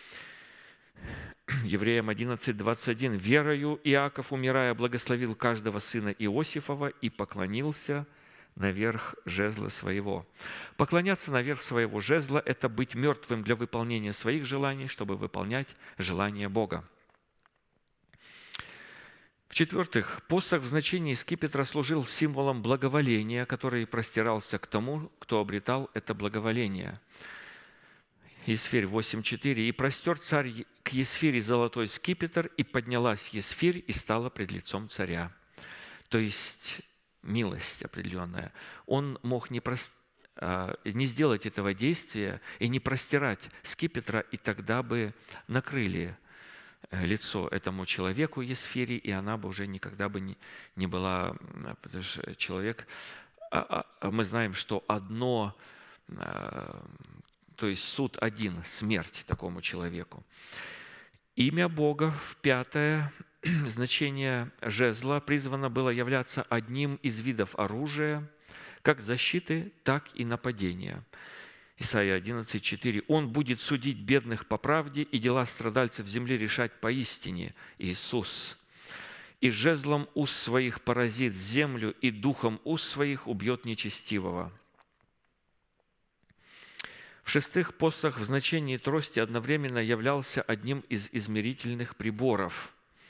Евреям одиннадцать двадцать один. «Верою Иаков, умирая, благословил каждого сына Иосифова и поклонился наверх жезла своего». Поклоняться наверх своего жезла – это быть мертвым для выполнения своих желаний, чтобы выполнять желания Бога. В-четвертых, посох в значении скипетра служил символом благоволения, который простирался к тому, кто обретал это благоволение. Есфирь восемь четыре. «И простер царь к Есфире золотой скипетр, и поднялась Есфирь, и стала пред лицом царя». То есть милость определенная. Он мог не, прос... не сделать этого действия и не простирать скипетра, и тогда бы накрыли лицо этому человеку Есфире, и она бы уже никогда бы не, не была, потому что человек, мы знаем, что одно, то есть суд один, смерть такому человеку. Имя Бога, в пятое, значение жезла призвано было являться одним из видов оружия, как защиты, так и нападения. Исайя одиннадцать четыре. «Он будет судить бедных по правде и дела страдальцев земли решать поистине». Иисус. «И жезлом уст своих поразит землю, и духом уст своих убьет нечестивого». В-шестых, посох в значении трости одновременно являлся одним из измерительных приборов.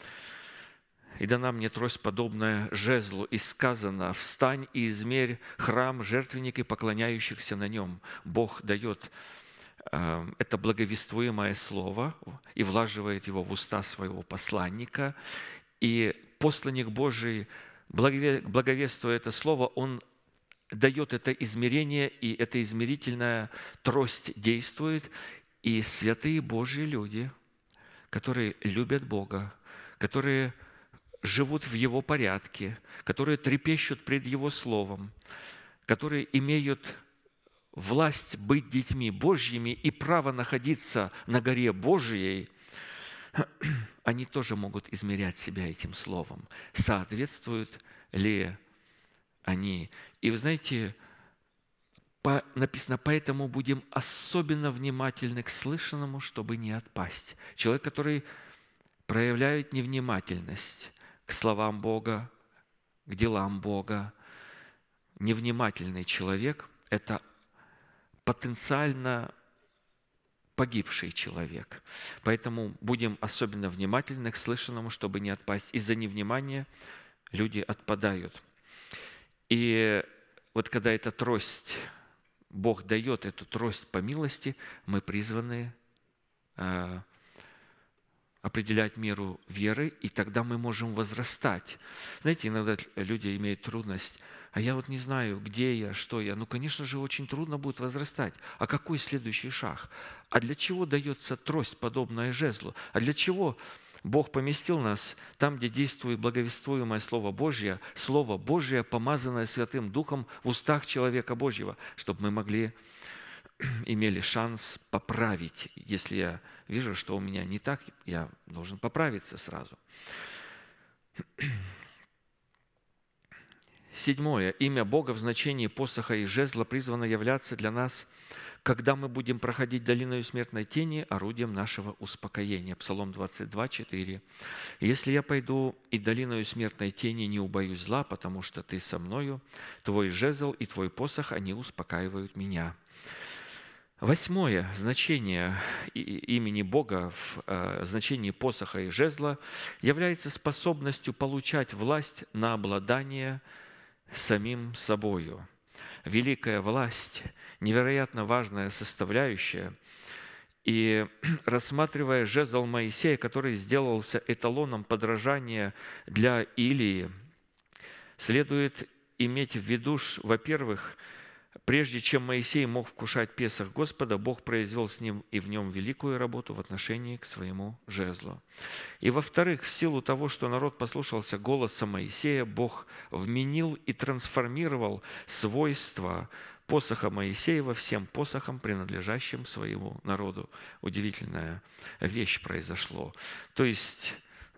«И дана мне трость, подобная жезлу, и сказано: встань и измерь храм, жертвенник и поклоняющихся на нем». Бог дает э, это благовествуемое слово и влаживает его в уста своего посланника. И посланник Божий, благовествуя это слово, он дает это измерение, и эта измерительная трость действует. И святые Божьи люди, которые любят Бога, которые живут в Его порядке, которые трепещут пред Его Словом, которые имеют власть быть детьми Божьими и право находиться на горе Божией, они тоже могут измерять себя этим Словом. Соответствуют ли они? И вы знаете, по, написано, поэтому будем особенно внимательны к слышанному, чтобы не отпасть. Человек, который проявляет невнимательность к словам Бога, к делам Бога, невнимательный человек – это потенциально погибший человек. Поэтому будем особенно внимательны к слышанному, чтобы не отпасть. Из-за невнимания люди отпадают. И вот когда эта трость, Бог дает эту трость по милости, мы призваны э, определять меру веры, и тогда мы можем возрастать. Знаете, иногда люди имеют трудность, а я вот не знаю, где я, что я. Ну, конечно же, очень трудно будет возрастать. А какой следующий шаг? А для чего дается трость, подобная жезлу? А для чего Бог поместил нас там, где действует благовествуемое Слово Божье, Слово Божье, помазанное Святым Духом в устах человека Божьего, чтобы мы могли имели шанс поправить. Если я вижу, что у меня не так, я должен поправиться сразу. Седьмое. Имя Бога в значении посоха и жезла призвано являться для нас, когда мы будем проходить долиною смертной тени, орудием нашего успокоения. Псалом двадцать два четыре. «Если я пойду и долиною смертной тени, не убоюсь зла, потому что ты со мною, твой жезл и твой посох, они успокаивают меня». Восьмое значение имени Бога в значении посоха и жезла является способностью получать власть на обладание самим собою. Великая власть, невероятно важная составляющая. И рассматривая жезл Моисея, который сделался эталоном подражания для Илии, следует иметь в виду, во-первых, прежде чем Моисей мог вкушать Песах Господа, Бог произвел с ним и в нем великую работу в отношении к своему жезлу. И во-вторых, в силу того, что народ послушался голоса Моисея, Бог вменил и трансформировал свойства посоха Моисеева всем посохам, принадлежащим своему народу. Удивительная вещь произошла. То есть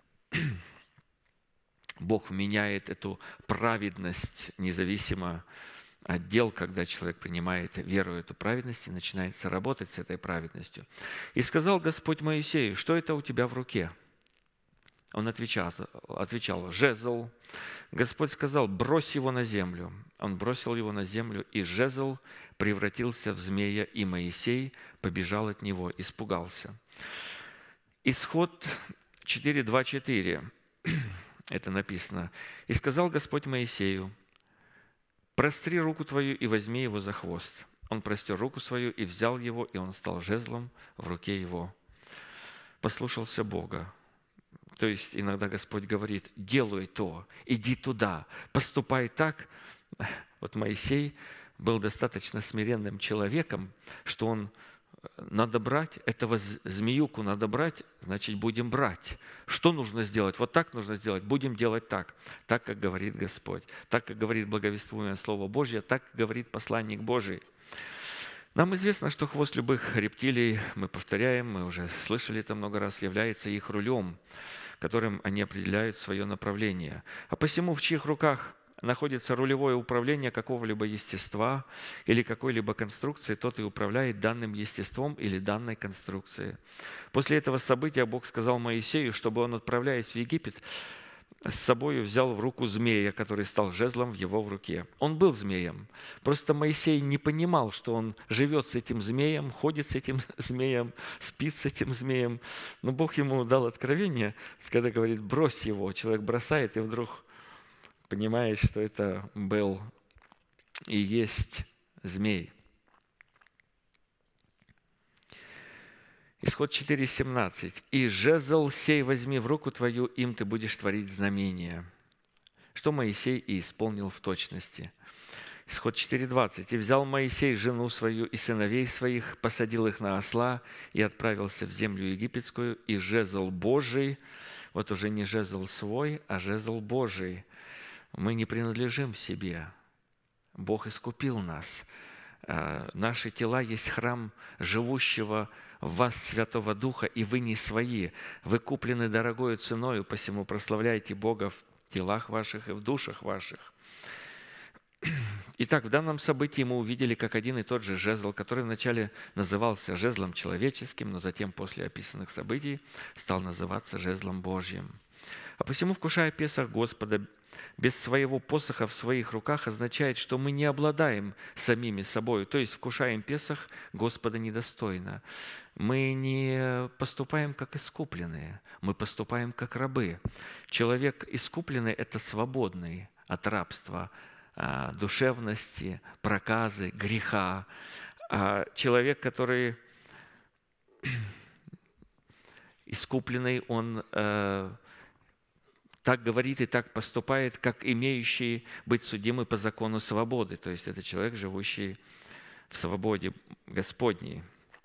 Бог вменяет эту праведность независимо отдел, когда человек принимает веру, эту праведность и начинается работать с этой праведностью. «И сказал Господь Моисею: что это у тебя в руке?» Он отвечал, отвечал: «Жезл». Господь сказал: «Брось его на землю». Он бросил его на землю, и жезл превратился в змея, и Моисей побежал от него, испугался. Исход четыре два четыре. это написано. «И сказал Господь Моисею: простри руку твою и возьми его за хвост. Он простер руку свою и взял его, и он стал жезлом в руке его». Послушался Бога. То есть иногда Господь говорит: делай то, иди туда, поступай так. Вот Моисей был достаточно смиренным человеком, что он, надо брать, этого змеюку надо брать, значит, будем брать. Что нужно сделать? Вот так нужно сделать, будем делать так. Так, как говорит Господь, так, как говорит благовествуемое Слово Божье, так говорит посланник Божий. Нам известно, что хвост любых рептилий, мы повторяем, мы уже слышали это много раз, является их рулем, которым они определяют свое направление. А посему в чьих руках находится рулевое управление какого-либо естества или какой-либо конструкции, тот и управляет данным естеством или данной конструкцией. После этого события Бог сказал Моисею, чтобы он, отправляясь в Египет, с собою взял в руку змея, который стал жезлом в его в руке. Он был змеем. Просто Моисей не понимал, что он живет с этим змеем, ходит с этим змеем, спит с этим змеем. Но Бог ему дал откровение, когда говорит: брось его. Человек бросает, и вдруг понимает, что это был и есть змей. Исход четыре семнадцать. «И жезл сей возьми в руку твою, им ты будешь творить знамения». Что Моисей и исполнил в точности. Исход четыре двадцать. «И взял Моисей жену свою и сыновей своих, посадил их на осла и отправился в землю египетскую, и жезл Божий», вот уже не жезл свой, а жезл Божий. Мы не принадлежим себе. Бог искупил нас. Наши тела есть храм живущего в вас Святого Духа, и вы не свои. Вы куплены дорогою ценою, посему прославляйте Бога в телах ваших и в душах ваших. Итак, в данном событии мы увидели, как один и тот же жезл, который вначале назывался жезлом человеческим, но затем после описанных событий стал называться жезлом Божьим. А посему, вкушая Песах Господа без своего посоха в своих руках, означает, что мы не обладаем самими собой, то есть вкушаем Песах Господа недостойно. Мы не поступаем как искупленные, мы поступаем как рабы. Человек искупленный – это свободный от рабства, душевности, проказы, греха. А человек, который искупленный, он так говорит и так поступает, как имеющий быть судимый по закону свободы. То есть это человек, живущий в свободе Господней.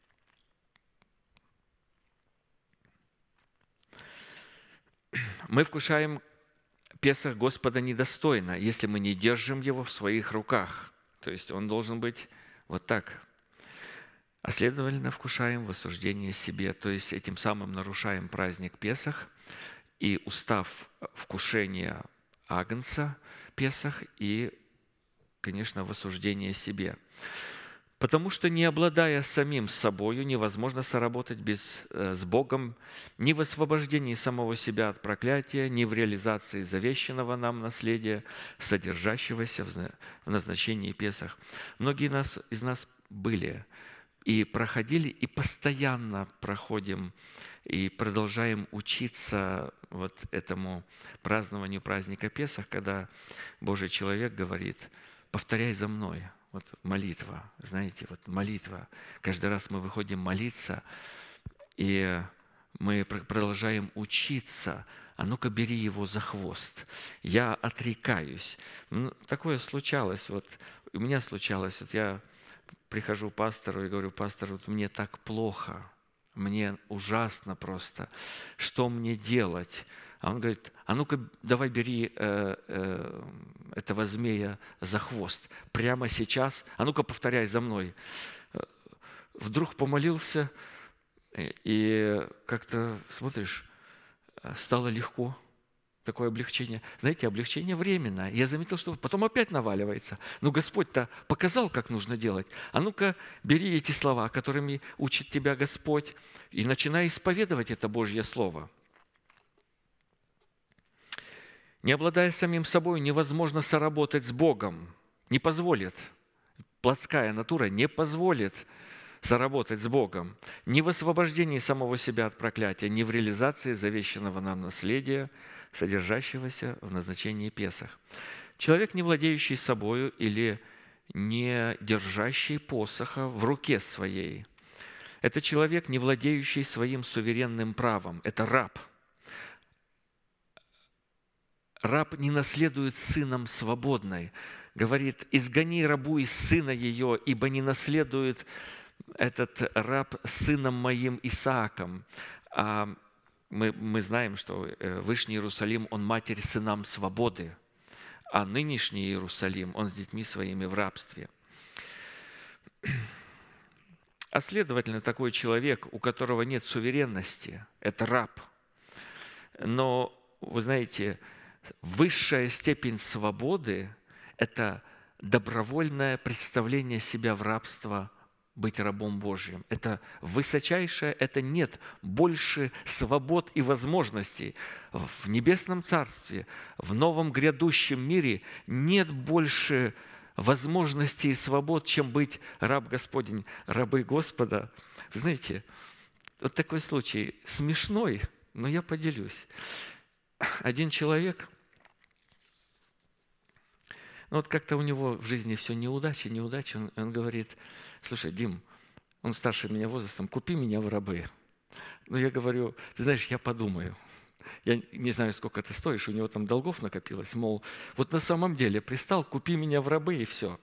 Мы вкушаем Песах Господа недостойно, если мы не держим его в своих руках. То есть он должен быть вот так. А следовательно, вкушаем в осуждение себе, то есть этим самым нарушаем праздник Песах и устав вкушения агнца Песах и, конечно, в осуждение себе. Потому что, не обладая самим собою, невозможно соработать без, с Богом ни в освобождении самого себя от проклятия, ни в реализации завещанного нам наследия, содержащегося в назначении Песах. Многие нас, из нас были и проходили, и постоянно проходим, и продолжаем учиться вот этому празднованию праздника Песах, когда Божий человек говорит: «Повторяй за мной». Вот молитва, знаете, вот молитва. Каждый раз мы выходим молиться, и мы продолжаем учиться. А ну-ка, бери его за хвост. Я отрекаюсь. Ну, такое случалось. Вот у меня случалось. Вот я прихожу к пастору и говорю: пастор, вот мне так плохо, мне ужасно просто. Что мне делать? А он говорит: а ну-ка, давай бери э, э, этого змея за хвост прямо сейчас. А ну-ка, повторяй за мной. Вдруг помолился, и как-то, смотришь, стало легко. Такое облегчение. Знаете, облегчение временное. Я заметил, что потом опять наваливается. Но Господь-то показал, как нужно делать. А ну-ка, бери эти слова, которыми учит тебя Господь, и начинай исповедовать это Божье Слово. Не обладая самим собой, невозможно соработать с Богом. Не позволит. Плотская натура не позволит соработать с Богом. Не в освобождении самого себя от проклятия, не в реализации завещанного нам наследия, содержащегося в назначении Песах. Человек, не владеющий собою или не держащий посоха в руке своей, это человек, не владеющий своим суверенным правом, это раб. Раб не наследует сыном свободной. Говорит, изгони рабу из сына ее, ибо не наследует этот раб сыном моим Исааком. А мы, мы знаем, что Вышний Иерусалим, он матерь сынам свободы, а нынешний Иерусалим, он с детьми своими в рабстве. А следовательно, такой человек, у которого нет суверенности, это раб. Но, вы знаете, высшая степень свободы – это добровольное представление себя в рабство, быть рабом Божьим. Это высочайшее, это нет больше свобод и возможностей. В небесном царстве, в новом грядущем мире нет больше возможностей и свобод, чем быть раб Господень, рабы Господа. Вы знаете, вот такой случай смешной, но я поделюсь. Один человек, ну вот как-то у него в жизни все неудачи, неудачи, он, он говорит: слушай, Дим, он старше меня возрастом, купи меня в рабы. Ну, я говорю, ты знаешь, я подумаю. Я не знаю, сколько ты стоишь, у него там долгов накопилось. Мол, вот на самом деле пристал, купи меня в рабы и все.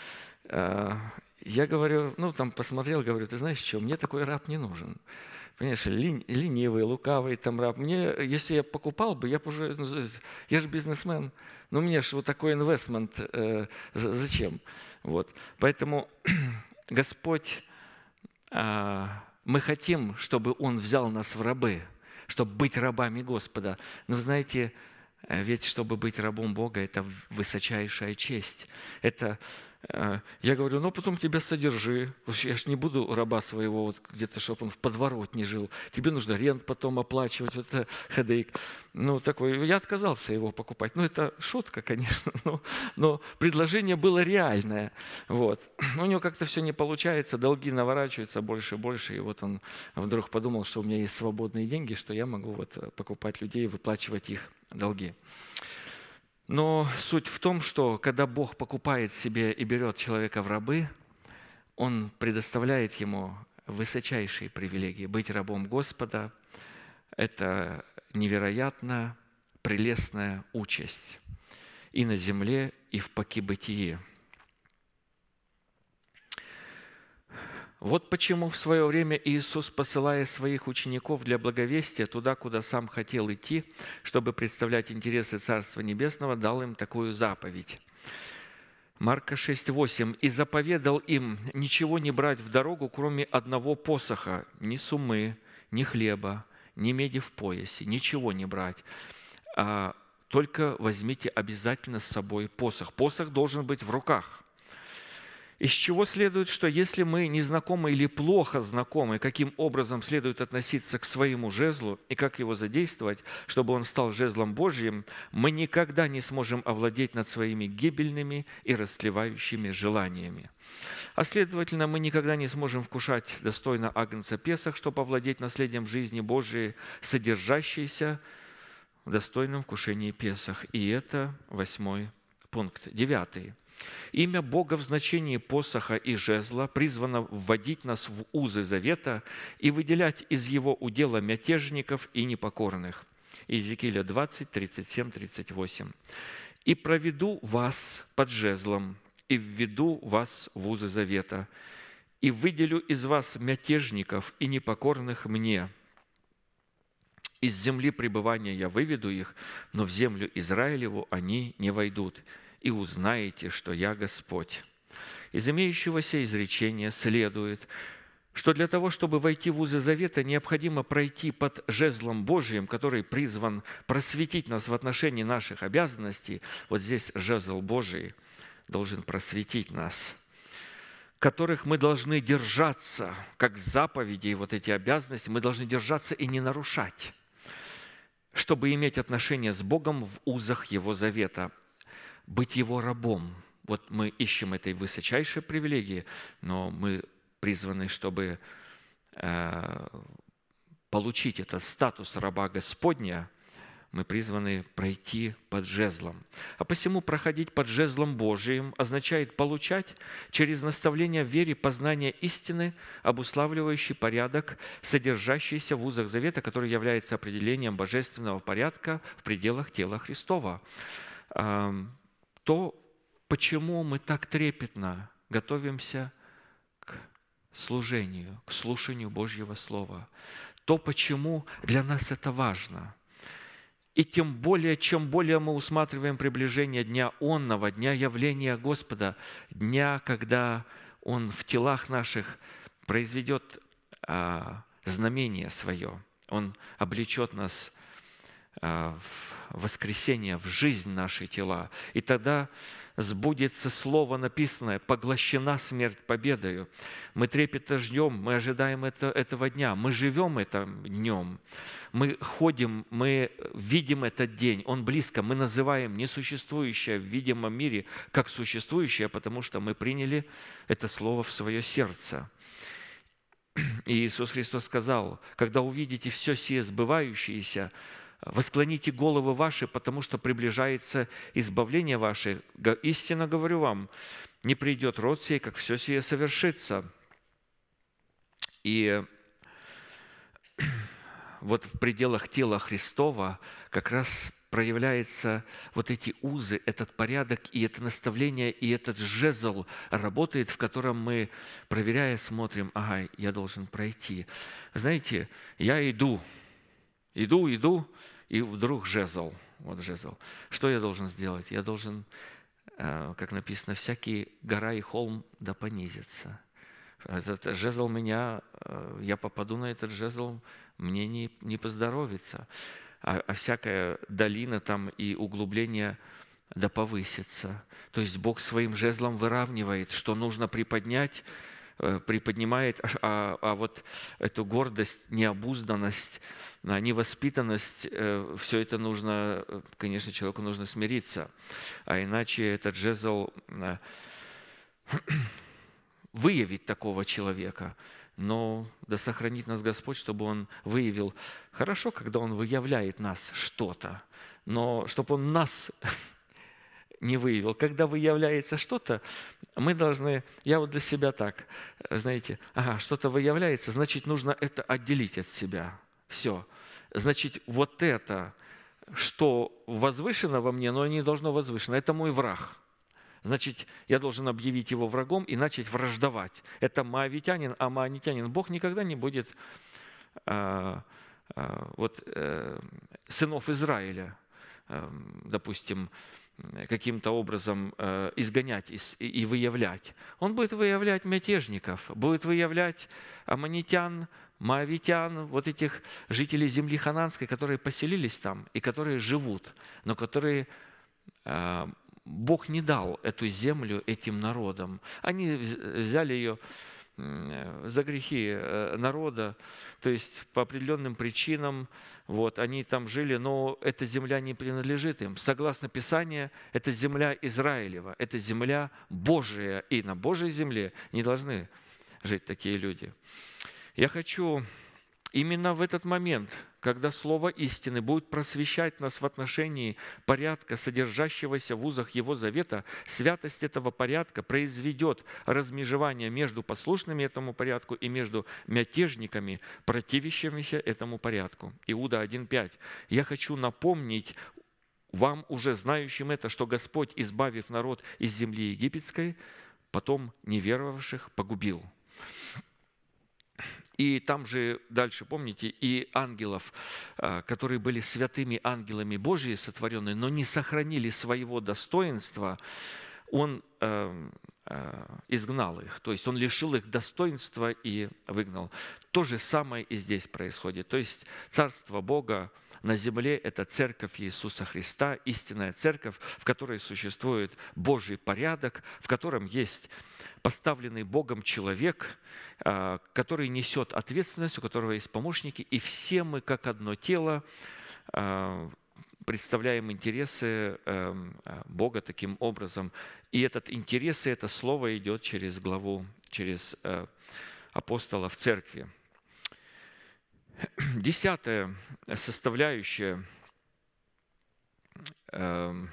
Я говорю, ну, там посмотрел, говорю, ты знаешь что, мне такой раб не нужен. Понимаешь, ленивый, лукавый там раб. Мне, если я покупал бы, я бы уже, ну, я же бизнесмен. Ну, мне же вот такой инвестмент, э, зачем? Вот. Поэтому Господь, э, мы хотим, чтобы Он взял нас в рабы, чтобы быть рабами Господа. Но, знаете, ведь чтобы быть рабом Бога, это высочайшая честь. Это, я говорю, ну потом тебя содержи. Я же не буду раба своего вот где-то, чтобы он в подворотне жил. Тебе нужно рент потом оплачивать. Вот это хедейк. Ну, такой, я отказался его покупать. Ну, это шутка, конечно, но, но предложение было реальное. Вот. У него как-то все не получается, долги наворачиваются больше и больше. И вот он вдруг подумал, что у меня есть свободные деньги, что я могу вот покупать людей и выплачивать их долги. Но суть в том, что когда Бог покупает себе и берет человека в рабы, Он предоставляет ему высочайшие привилегии. Быть рабом Господа – это невероятно прелестная участь и на земле, и в покибытии. Вот почему в свое время Иисус, посылая своих учеников для благовестия туда, куда Сам хотел идти, чтобы представлять интересы Царства Небесного, дал им такую заповедь. Марка шесть восемь. «И заповедал им ничего не брать в дорогу, кроме одного посоха, ни суммы, ни хлеба, ни меди в поясе, ничего не брать, а только возьмите обязательно с собой посох». Посох должен быть в руках. Из чего следует, что если мы не знакомы или плохо знакомы, каким образом следует относиться к своему жезлу и как его задействовать, чтобы он стал жезлом Божьим, мы никогда не сможем овладеть над своими гибельными и растлевающими желаниями. А следовательно, мы никогда не сможем вкушать достойно агнца Песах, чтобы овладеть наследием жизни Божией, содержащейся в достойном вкушении Песах. И это восьмой пункт. Девятый. Имя Бога в значении посоха и жезла призвано вводить нас в узы завета и выделять из его удела мятежников и непокорных. Иезекииля двадцать, тридцать семь, тридцать восемь. «И проведу вас под жезлом, и введу вас в узы завета, и выделю из вас мятежников и непокорных мне. Из земли пребывания я выведу их, но в землю Израилеву они не войдут. И узнаете, что я Господь». Из имеющегося изречения следует, что для того, чтобы войти в узы завета, необходимо пройти под жезлом Божиим, который призван просветить нас в отношении наших обязанностей. Вот здесь жезл Божий должен просветить нас, которых мы должны держаться, как заповеди, вот эти обязанности, мы должны держаться и не нарушать, чтобы иметь отношения с Богом в узах Его завета, быть Его рабом. Вот мы ищем этой высочайшей привилегии, но мы призваны, чтобы э, получить этот статус раба Господня, мы призваны пройти под жезлом. А посему проходить под жезлом Божиим означает получать через наставление в вере познание истины, обуславливающий порядок, содержащийся в узах завета, который является определением божественного порядка в пределах тела Христова. То, почему мы так трепетно готовимся к служению, к слушанию Божьего Слова, то, почему для нас это важно. И тем более, чем более мы усматриваем приближение дня онного, дня явления Господа, дня, когда Он в телах наших произведет а, знамение свое, Он облечет нас а, в воскресение, в жизнь наши тела. И тогда сбудется слово написанное: «Поглощена смерть победою». Мы трепетно ждем, мы ожидаем это, этого дня, мы живем этим днем, мы ходим, мы видим этот день, он близко, мы называем несуществующее в видимом мире как существующее, потому что мы приняли это слово в свое сердце. И Иисус Христос сказал: «Когда увидите все сие сбывающееся, восклоните головы ваши, потому что приближается избавление ваше. Истинно говорю вам, не придет род сей, как все сие совершится». И вот в пределах тела Христова как раз проявляются вот эти узы, этот порядок и это наставление, и этот жезл работает, в котором мы, проверяя, смотрим: ага, я должен пройти. Знаете, я иду, иду, иду, и вдруг жезл, вот жезл. Что я должен сделать? Я должен, как написано, всякий гора и холм да понизится. Этот жезл меня, я попаду на этот жезл, мне не, не поздоровится. А, а всякая долина там и углубление да повысится. То есть Бог своим жезлом выравнивает, что нужно приподнять, приподнимает, а, а вот эту гордость, необузданность, невоспитанность, все это нужно, конечно, человеку нужно смириться, а иначе этот жезл выявить такого человека. Но да сохранит нас Господь, чтобы Он выявил. Хорошо, когда Он выявляет нас что-то, но чтобы Он нас не выявил. Когда выявляется что-то, мы должны, я вот для себя так, знаете, ага, что-то выявляется, значит, нужно это отделить от себя. Все. Значит, вот это, что возвышено во мне, но не должно возвышено, это мой враг. Значит, я должен объявить его врагом и начать враждовать. Это моавитянин, а моавитянин. Бог никогда не будет а, а, вот, а, сынов Израиля, а, допустим, каким-то образом э, изгонять и, и выявлять. Он будет выявлять мятежников, будет выявлять аммонитян, моавитян, вот этих жителей земли хананской, которые поселились там и которые живут, но которые э, Бог не дал эту землю этим народам. Они взяли ее за грехи народа, то есть по определенным причинам, вот, они там жили, но эта земля не принадлежит им. Согласно Писанию, это земля Израилева, это земля Божия, и на Божьей земле не должны жить такие люди. Я хочу именно в этот момент, когда Слово истины будет просвещать нас в отношении порядка, содержащегося в узах Его завета, святость этого порядка произведет размежевание между послушными этому порядку и между мятежниками, противящимися этому порядку. Иуда один пять. «Я хочу напомнить вам, уже знающим это, что Господь, избавив народ из земли египетской, потом неверовавших погубил». И там же дальше, помните, и ангелов, которые были святыми ангелами Божьими сотворенные, но не сохранили своего достоинства, Он изгнал их. То есть Он лишил их достоинства и выгнал. То же самое и здесь происходит. То есть Царство Бога на земле – это церковь Иисуса Христа, истинная церковь, в которой существует Божий порядок, в котором есть поставленный Богом человек, который несет ответственность, у которого есть помощники, и все мы, как одно тело, представляем интересы Бога таким образом. И этот интерес, и это слово идет через главу через э, апостолов церкви. Десятая составляющая э,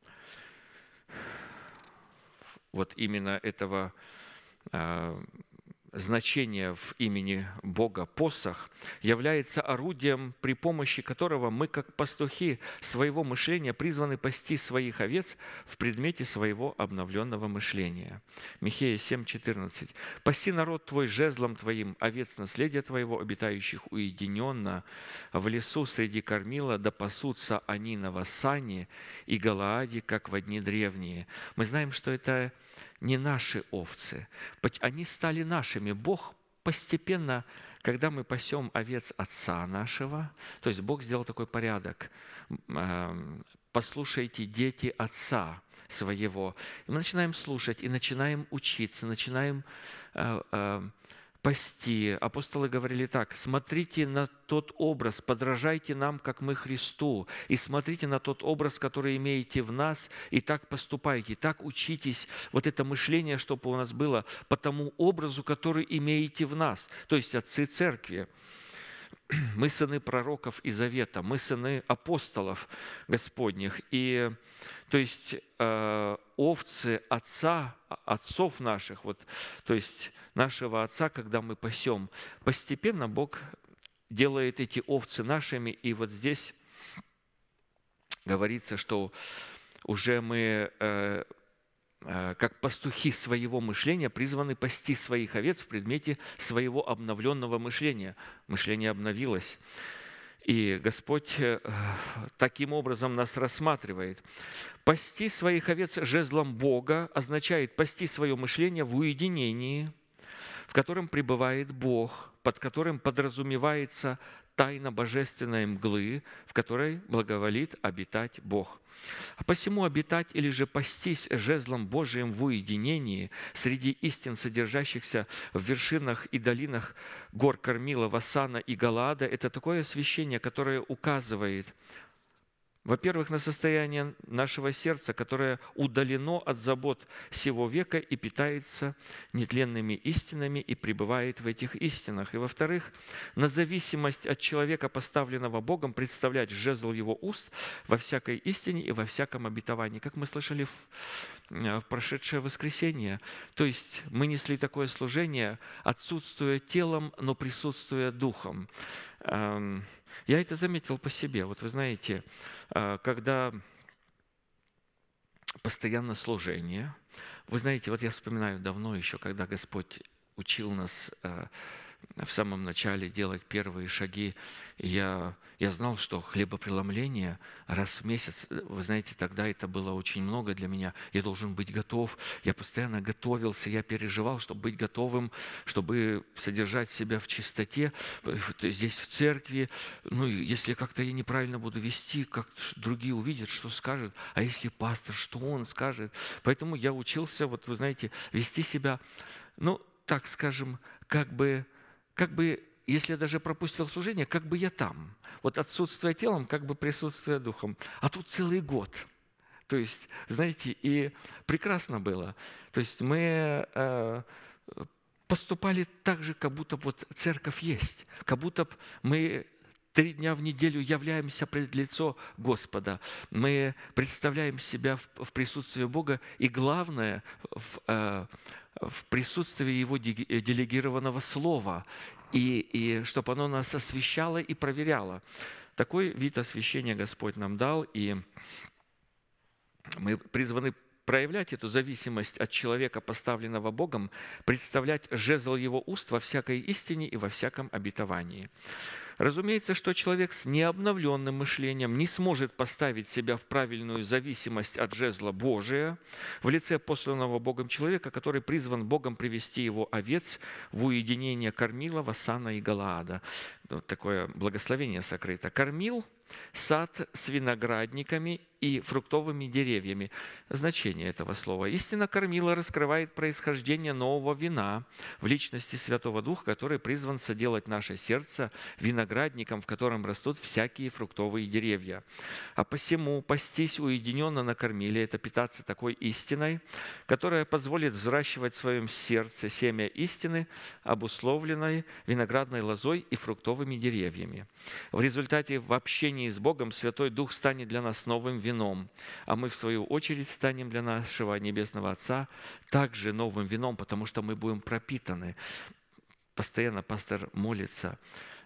вот именно этого э, значение в имени Бога посох является орудием, при помощи которого мы, как пастухи своего мышления, призваны пасти своих овец в предмете своего обновленного мышления. Михея семь четырнадцать. «Паси народ твой жезлом твоим, овец наследия твоего, обитающих уединенно в лесу среди кормила, да пасутся они на Васане и Галааде, как во дни древние». Мы знаем, что это не наши овцы. Они стали нашими. Бог постепенно, когда мы пасем овец Отца нашего, то есть Бог сделал такой порядок. «Послушайте, дети Отца своего». И мы начинаем слушать и начинаем учиться, начинаем пасти. Апостолы говорили так: смотрите на тот образ, подражайте нам, как мы Христу, и смотрите на тот образ, который имеете в нас, и так поступайте, так учитесь, вот это мышление, чтобы у нас было по тому образу, который имеете в нас, то есть отцы церкви. Мы сыны пророков и завета, мы сыны апостолов Господних. И то есть э, овцы отца, отцов наших, вот, то есть нашего отца, когда мы пасем, постепенно Бог делает эти овцы нашими. И вот здесь говорится, что уже мы, э, э, как пастухи своего мышления, призваны пасти своих овец в предмете своего обновленного мышления. Мышление обновилось. И Господь таким образом нас рассматривает. Пасти своих овец жезлом Бога означает пасти свое мышление в уединении, в котором пребывает Бог, под которым подразумевается тайна божественной мглы, в которой благоволит обитать Бог. А посему обитать или же пастись жезлом Божиим в уединении среди истин, содержащихся в вершинах и долинах гор Кормила, Васана и Галаада, это такое освящение, которое указывает, во-первых, на состояние нашего сердца, которое удалено от забот сего века и питается нетленными истинами и пребывает в этих истинах. И, во-вторых, на зависимость от человека, поставленного Богом, представлять жезл его уст во всякой истине и во всяком обетовании. Как мы слышали в, в прошедшее воскресенье. То есть мы несли такое служение, отсутствуя телом, но присутствуя духом. Я это заметил по себе. Вот вы знаете, когда постоянно служение, вы знаете, вот я вспоминаю давно еще, когда Господь учил нас в самом начале делать первые шаги, я, я знал, что хлебопреломление раз в месяц, вы знаете, тогда это было очень много для меня. Я должен быть готов. Я постоянно готовился, я переживал, чтобы быть готовым, чтобы содержать себя в чистоте. Здесь в церкви, ну, если как-то я неправильно буду вести, как другие увидят, что скажут, а если пастор, что он скажет. Поэтому я учился, вот вы знаете, вести себя, ну, так скажем, как бы, как бы, если я даже пропустил служение, как бы я там. Вот отсутствие телом, как бы присутствие духом. А тут целый год. То есть, знаете, и прекрасно было. То есть мы э, поступали так же, как будто вот церковь есть. Как будто мы три дня в неделю являемся пред лицо Господа. Мы представляем себя в, в присутствии Бога. И главное, в, э, в присутствии Его делегированного Слова. И, и чтобы оно нас освещало и проверяло. Такой вид освящения Господь нам дал, и мы призваны проявлять эту зависимость от человека, поставленного Богом, представлять жезл Его уст во всякой истине и во всяком обетовании. Разумеется, что человек с необновленным мышлением не сможет поставить себя в правильную зависимость от жезла Божия в лице посланного Богом человека, который призван Богом привести его овец в уединение Кормила, Васана и Галаада. Вот такое благословение сокрыто. Кормил сад с виноградниками и фруктовыми деревьями. Значение этого слова. Истина кормила раскрывает происхождение нового вина в личности Святого Духа, который призван соделать наше сердце виноградником, в котором растут всякие фруктовые деревья. А посему пастись уединенно на кормиле – это питаться такой истиной, которая позволит взращивать в своем сердце семя истины, обусловленной виноградной лозой и фруктовыми деревьями. В результате в общении с Богом Святой Дух станет для нас новым вином, а мы, в свою очередь, станем для нашего Небесного Отца также новым вином, потому что мы будем пропитаны. Постоянно пастор молится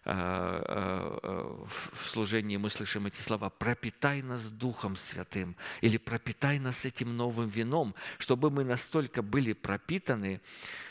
в служении, мы слышим эти слова: «Пропитай нас Духом Святым» или «Пропитай нас этим новым вином», чтобы мы настолько были пропитаны.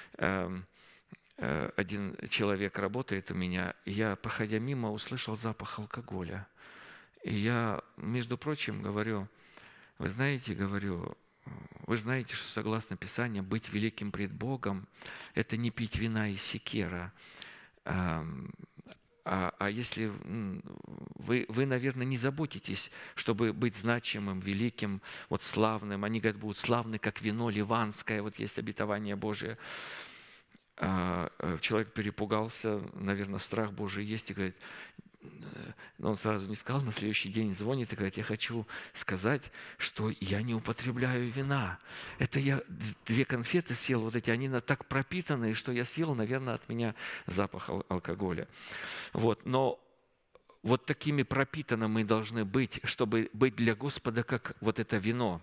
Один человек работает у меня, и я, проходя мимо, услышал запах алкоголя. И я, между прочим, говорю: вы знаете, говорю, вы знаете, что согласно Писанию, быть великим пред Богом – это не пить вина и секера. А, а, а если вы, вы, наверное, не заботитесь, чтобы быть значимым, великим, вот славным, они говорят, будут славны, как вино ливанское, вот есть обетование Божие. А человек перепугался, наверное, страх Божий есть, и говорит, но он сразу не сказал, на следующий день звонит и говорит: я хочу сказать, что я не употребляю вина. Это я две конфеты съел, вот эти, они так пропитанные, что я съел, наверное, от меня запах алкоголя. Вот. Но вот такими пропитанными мы должны быть, чтобы быть для Господа, как вот это вино.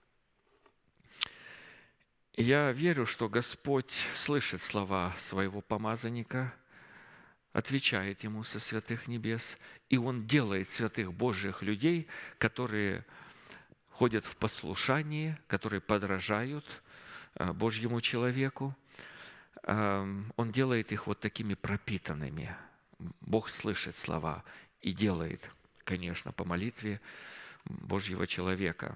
Я верю, что Господь слышит слова своего помазанника, отвечает ему со святых небес, и Он делает святых Божьих людей, которые ходят в послушании, которые подражают Божьему человеку. Он делает их вот такими пропитанными. Бог слышит слова и делает, конечно, по молитве Божьего человека.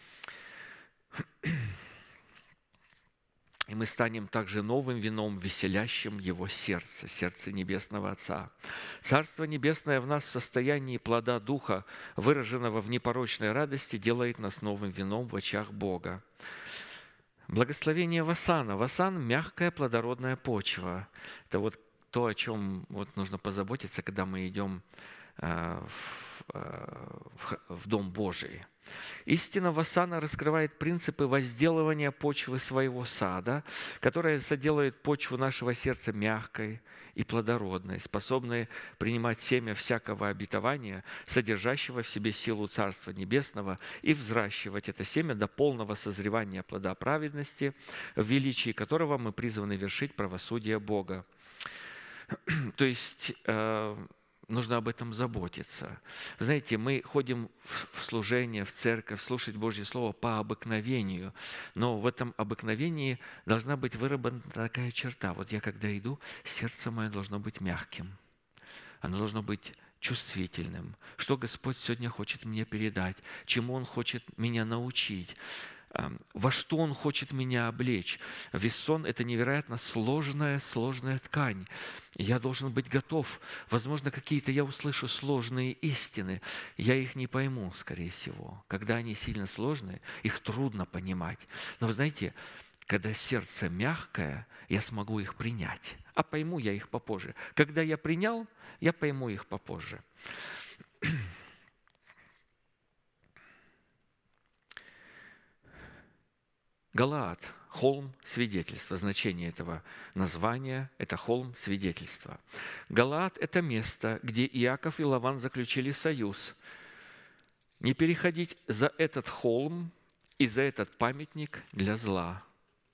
И мы станем также новым вином, веселящим его сердце, сердце Небесного Отца. Царство Небесное в нас в состоянии плода Духа, выраженного в непорочной радости, делает нас новым вином в очах Бога. Благословение Васана. Васан – мягкая плодородная почва. Это вот то, о чем вот нужно позаботиться, когда мы идем в Дом Божий. Истина Васана раскрывает принципы возделывания почвы своего сада, которая соделает почву нашего сердца мягкой и плодородной, способной принимать семя всякого обетования, содержащего в себе силу Царства Небесного, и взращивать это семя до полного созревания плода праведности, в величии которого мы призваны вершить правосудие Бога. То есть нужно об этом заботиться. Знаете, мы ходим в служение, в церковь, слушать Божье Слово по обыкновению, но в этом обыкновении должна быть выработана такая черта. Вот я когда иду, сердце мое должно быть мягким, оно должно быть чувствительным. Что Господь сегодня хочет мне передать, чему Он хочет меня научить, во что Он хочет меня облечь. Вессон – это невероятно сложная, сложная ткань. Я должен быть готов. Возможно, какие-то я услышу сложные истины. Я их не пойму, скорее всего. Когда они сильно сложные, их трудно понимать. Но вы знаете, когда сердце мягкое, я смогу их принять. А пойму я их попозже. Когда я принял, я пойму их попозже. Галаад – холм свидетельства. Значение этого названия – это холм свидетельства. Галаад – это место, где Иаков и Лаван заключили союз. Не переходить за этот холм и за этот памятник для зла.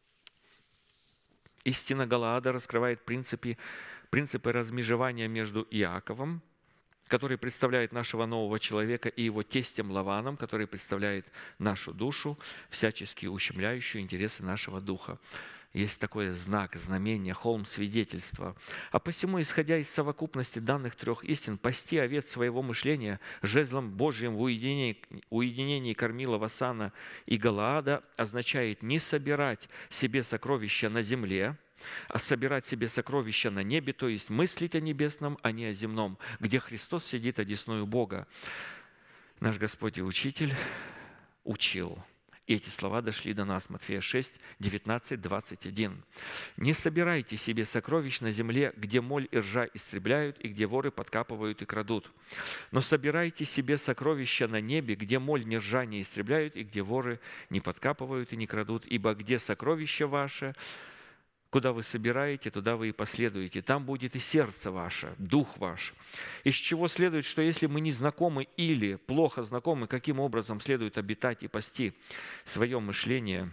Истина Галаада раскрывает принципы, принципы размежевания между Иаковом, который представляет нашего нового человека, и его тестем Лаваном, который представляет нашу душу, всячески ущемляющую интересы нашего духа. Есть такой знак, знамение, холм свидетельства. А посему, исходя из совокупности данных трех истин, пасти овец своего мышления жезлом Божьим в уединении, уединении кормила Васана и Галаада означает не собирать себе сокровища на земле, а собирать себе сокровища на небе, то есть мыслить о небесном, а не о земном, где Христос сидит одесную Бога. Наш Господь и Учитель учил. И эти слова дошли до нас. Матфея шесть, девятнадцать, двадцать один. «Не собирайте себе сокровищ на земле, где моль и ржа истребляют, и где воры подкапывают и крадут. Но собирайте себе сокровища на небе, где моль ни ржа не истребляют, и где воры не подкапывают и не крадут. Ибо где сокровище ваше, куда вы собираете, туда вы и последуете. Там будет и сердце ваше, дух ваш». Из чего следует, что если мы не знакомы или плохо знакомы, каким образом следует обитать и пасти свое мышление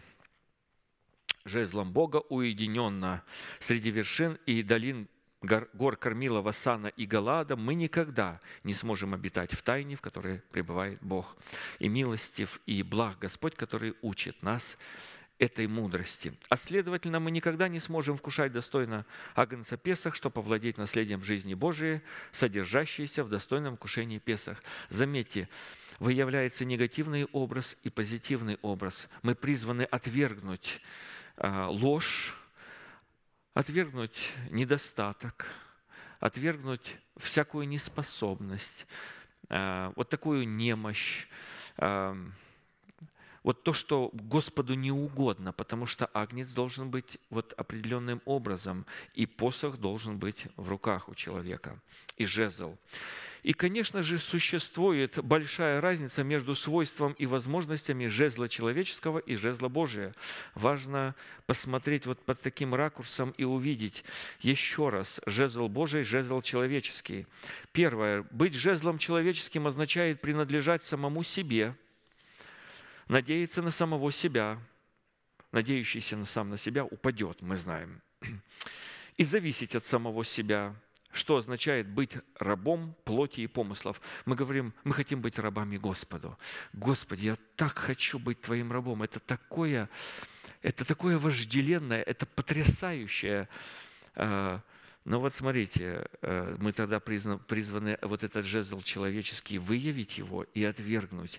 жезлом Бога уединенно среди вершин и долин гор, гор Кормила, Сана и Галаада, мы никогда не сможем обитать в тайне, в которой пребывает Бог. И милостив, и благ Господь, который учит нас этой мудрости. А следовательно, мы никогда не сможем вкушать достойно агнца Песах, чтобы овладеть наследием жизни Божией, содержащейся в достойном вкушении Песах. Заметьте, выявляется негативный образ и позитивный образ. Мы призваны отвергнуть а, ложь, отвергнуть недостаток, отвергнуть всякую неспособность, а, вот такую немощь, а, вот то, что Господу не угодно, потому что агнец должен быть вот определенным образом, и посох должен быть в руках у человека, и жезл. И, конечно же, существует большая разница между свойством и возможностями жезла человеческого и жезла Божия. Важно посмотреть вот под таким ракурсом и увидеть еще раз жезл Божий, жезл человеческий. Первое. Быть жезлом человеческим означает принадлежать самому себе, надеяться на самого себя. Надеющийся на сам на себя упадет, мы знаем. И зависеть от самого себя, что означает быть рабом плоти и помыслов. Мы говорим, мы хотим быть рабами Господу. Господи, я так хочу быть Твоим рабом. Это такое, это такое вожделенное, это потрясающее. Но вот смотрите, мы тогда призваны вот этот жезл человеческий выявить его и отвергнуть.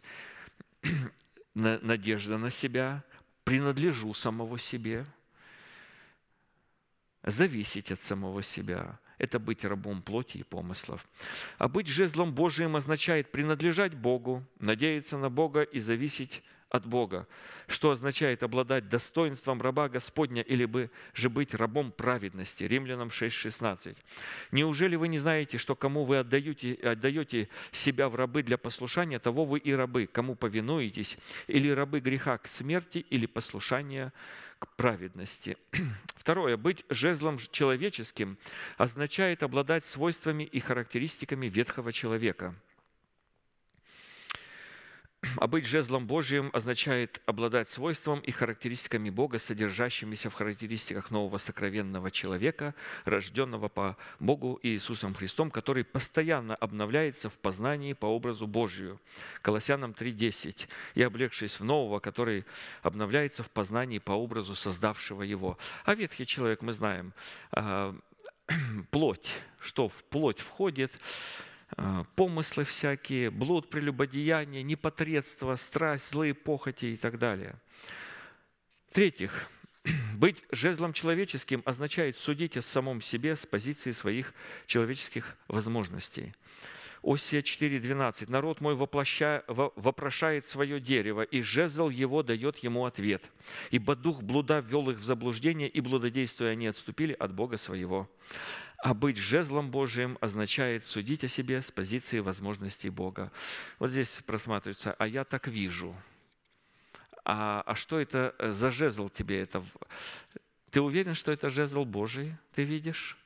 Надежда на себя, принадлежу самого себе, зависеть от самого себя. Это быть рабом плоти и помыслов. А быть жезлом Божиим означает принадлежать Богу, надеяться на Бога и зависеть от Бога, что означает обладать достоинством раба Господня или бы же быть рабом праведности. Римлянам шесть шестнадцать. «Неужели вы не знаете, что кому вы отдаете, отдаете себя в рабы для послушания, того вы и рабы, кому повинуетесь, или рабы греха к смерти, или послушания к праведности». Второе. Быть жезлом человеческим означает обладать свойствами и характеристиками ветхого человека. А быть жезлом Божьим означает обладать свойством и характеристиками Бога, содержащимися в характеристиках нового сокровенного человека, рожденного по Богу и Иисусом Христом, который постоянно обновляется в познании по образу Божию. Колоссянам три десять. «И облегшись в нового, который обновляется в познании по образу создавшего его». А ветхий человек, мы знаем, плоть, что в плоть входит, помыслы всякие, блуд, прелюбодеяние, непотребство, страсть, злые похоти и так далее. В-третьих, быть жезлом человеческим означает судить о самом себе с позиции своих человеческих возможностей. Осия четыре двенадцать. «Народ мой воплоща, вопрошает свое дерево, и жезл его дает ему ответ. Ибо дух блуда ввел их в заблуждение, и блудодействуя они отступили от Бога своего». А быть жезлом Божиим означает судить о себе с позиции возможностей Бога. Вот здесь просматривается, а я так вижу. А, а что это за жезл тебе? Это? Ты уверен, что это жезл Божий? Ты видишь?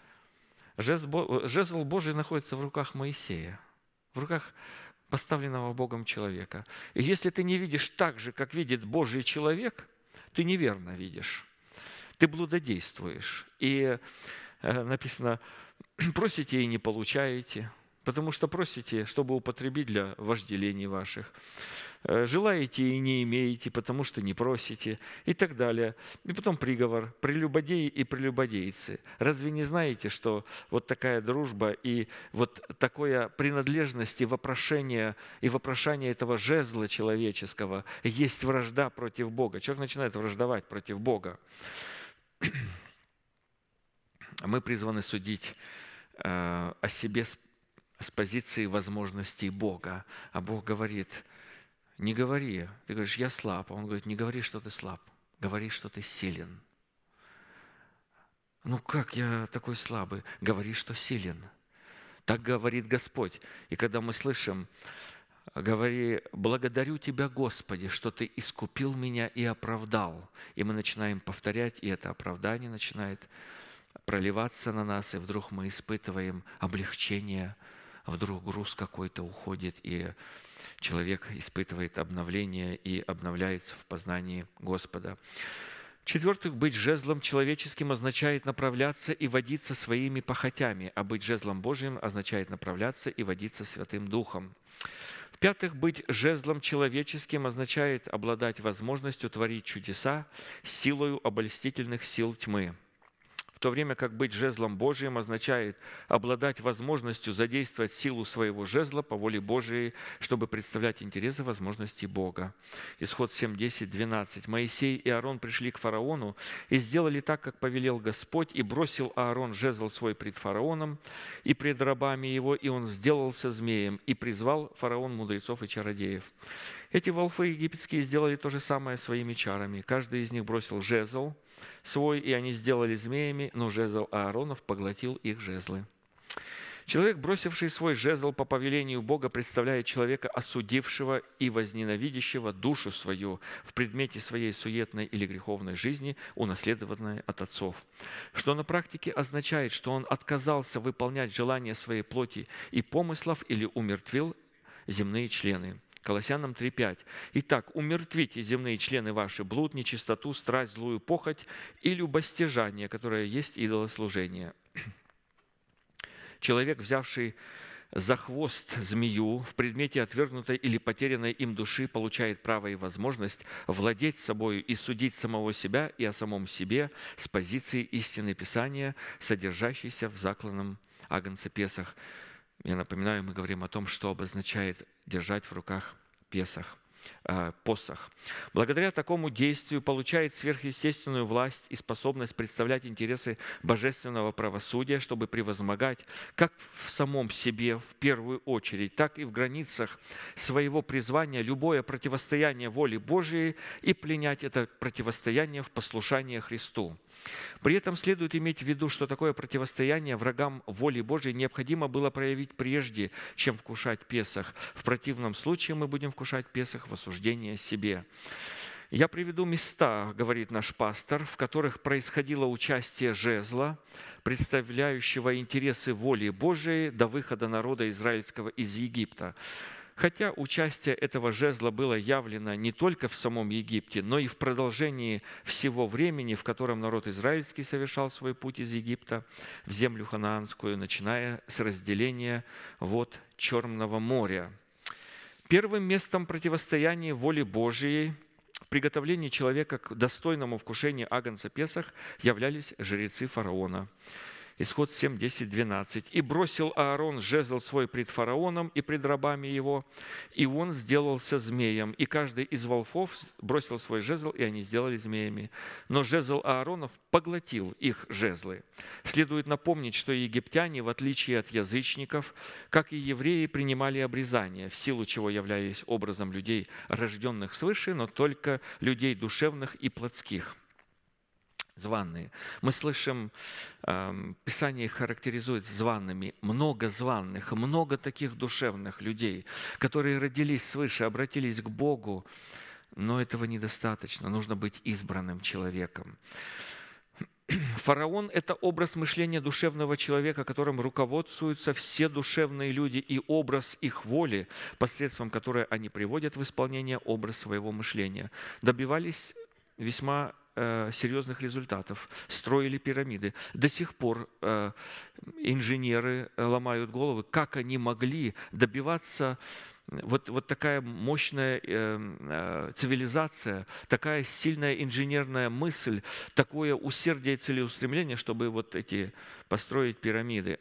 Жезл Божий находится в руках Моисея, в руках поставленного Богом человека. И если ты не видишь так же, как видит Божий человек, ты неверно видишь. Ты блудодействуешь. И написано, просите и не получаете, потому что просите, чтобы употребить для вожделений ваших. Желаете и не имеете, потому что не просите, и так далее. И потом приговор, прелюбодеи и прелюбодейцы. Разве не знаете, что вот такая дружба и вот такое принадлежность и вопрошение, и вопрошание этого жезла человеческого есть вражда против Бога. Человек начинает враждовать против Бога. мы призваны судить э, о себе с, с позиции возможностей Бога. А Бог говорит, не говори, ты говоришь, я слаб. А Он говорит, не говори, что ты слаб, говори, что ты силен. Ну как я такой слабый? Говори, что силен. Так говорит Господь. И когда мы слышим, говори, благодарю Тебя, Господи, что Ты искупил меня и оправдал. И мы начинаем повторять, и это оправдание начинает проливаться на нас, и вдруг мы испытываем облегчение, вдруг груз какой-то уходит, и человек испытывает обновление и обновляется в познании Господа. В-четвертых, быть жезлом человеческим означает направляться и водиться своими похотями, а быть жезлом Божьим означает направляться и водиться Святым Духом. В-пятых, быть жезлом человеческим означает обладать возможностью творить чудеса силою обольстительных сил тьмы. В то время как быть жезлом Божиим означает обладать возможностью задействовать силу своего жезла по воле Божией, чтобы представлять интересы возможностей Бога. Исход семь, десять, двенадцать. Моисей и Аарон пришли к фараону и сделали так, как повелел Господь, и бросил Аарон жезл свой пред фараоном и пред рабами его, и он сделался змеем, и призвал фараон мудрецов и чародеев. Эти волхвы египетские сделали то же самое своими чарами. Каждый из них бросил жезл свой, и они сделали змеями, но жезл Ааронов поглотил их жезлы. Человек, бросивший свой жезл по повелению Бога, представляет человека, осудившего и возненавидящего душу свою в предмете своей суетной или греховной жизни, унаследованной от отцов. Что на практике означает, что он отказался выполнять желания своей плоти и помыслов или умертвил земные члены. Колоссянам три пять. «Итак, умертвите земные члены ваши, блуд, нечистоту, страсть, злую похоть и любостяжание, которое есть идолослужение». Человек, взявший за хвост змею в предмете отвергнутой или потерянной им души, получает право и возможность владеть собою и судить самого себя и о самом себе с позиции истины Писания, содержащейся в закланном агнце Песах. Я напоминаю, мы говорим о том, что обозначает держать в руках Песах, э, посох. Благодаря такому действию получает сверхъестественную власть и способность представлять интересы божественного правосудия, чтобы превозмогать как в самом себе в первую очередь, так и в границах своего призвания любое противостояние воле Божией и пленять это противостояние в послушание Христу. При этом следует иметь в виду, что такое противостояние врагам воли Божией необходимо было проявить прежде, чем вкушать Песах. В противном случае мы будем вкушать Песах в осуждение себе. Я приведу места, говорит наш пастор, в которых происходило участие жезла, представляющего интересы воли Божией до выхода народа израильского из Египта. Хотя участие этого жезла было явлено не только в самом Египте, но и в продолжении всего времени, в котором народ израильский совершал свой путь из Египта в землю ханаанскую, начиная с разделения вод Черного моря. Первым местом противостояния воли Божией в приготовлении человека к достойному вкушению агнца Песах являлись жрецы фараона. Исход семь, десять, двенадцать. «И бросил Аарон жезл свой пред фараоном и пред рабами его, и он сделался змеем. И каждый из волхвов бросил свой жезл, и они сделали змеями. Но жезл Ааронов поглотил их жезлы». Следует напомнить, что египтяне, в отличие от язычников, как и евреи, принимали обрезание, в силу чего являлись образом людей, рожденных свыше, но только людей душевных и плотских. Званные. Мы слышим, э, Писание их характеризует званными. Много званных, много таких душевных людей, которые родились свыше, обратились к Богу, но этого недостаточно. Нужно быть избранным человеком. Фараон – это образ мышления душевного человека, которым руководствуются все душевные люди, и образ их воли, посредством которой они приводят в исполнение образ своего мышления. Добивались весьма серьезных результатов, строили пирамиды. До сих пор э, инженеры ломают головы, как они могли добиваться вот, вот такая мощная э, э, цивилизация, такая сильная инженерная мысль, такое усердие и целеустремление, чтобы вот эти построить пирамиды.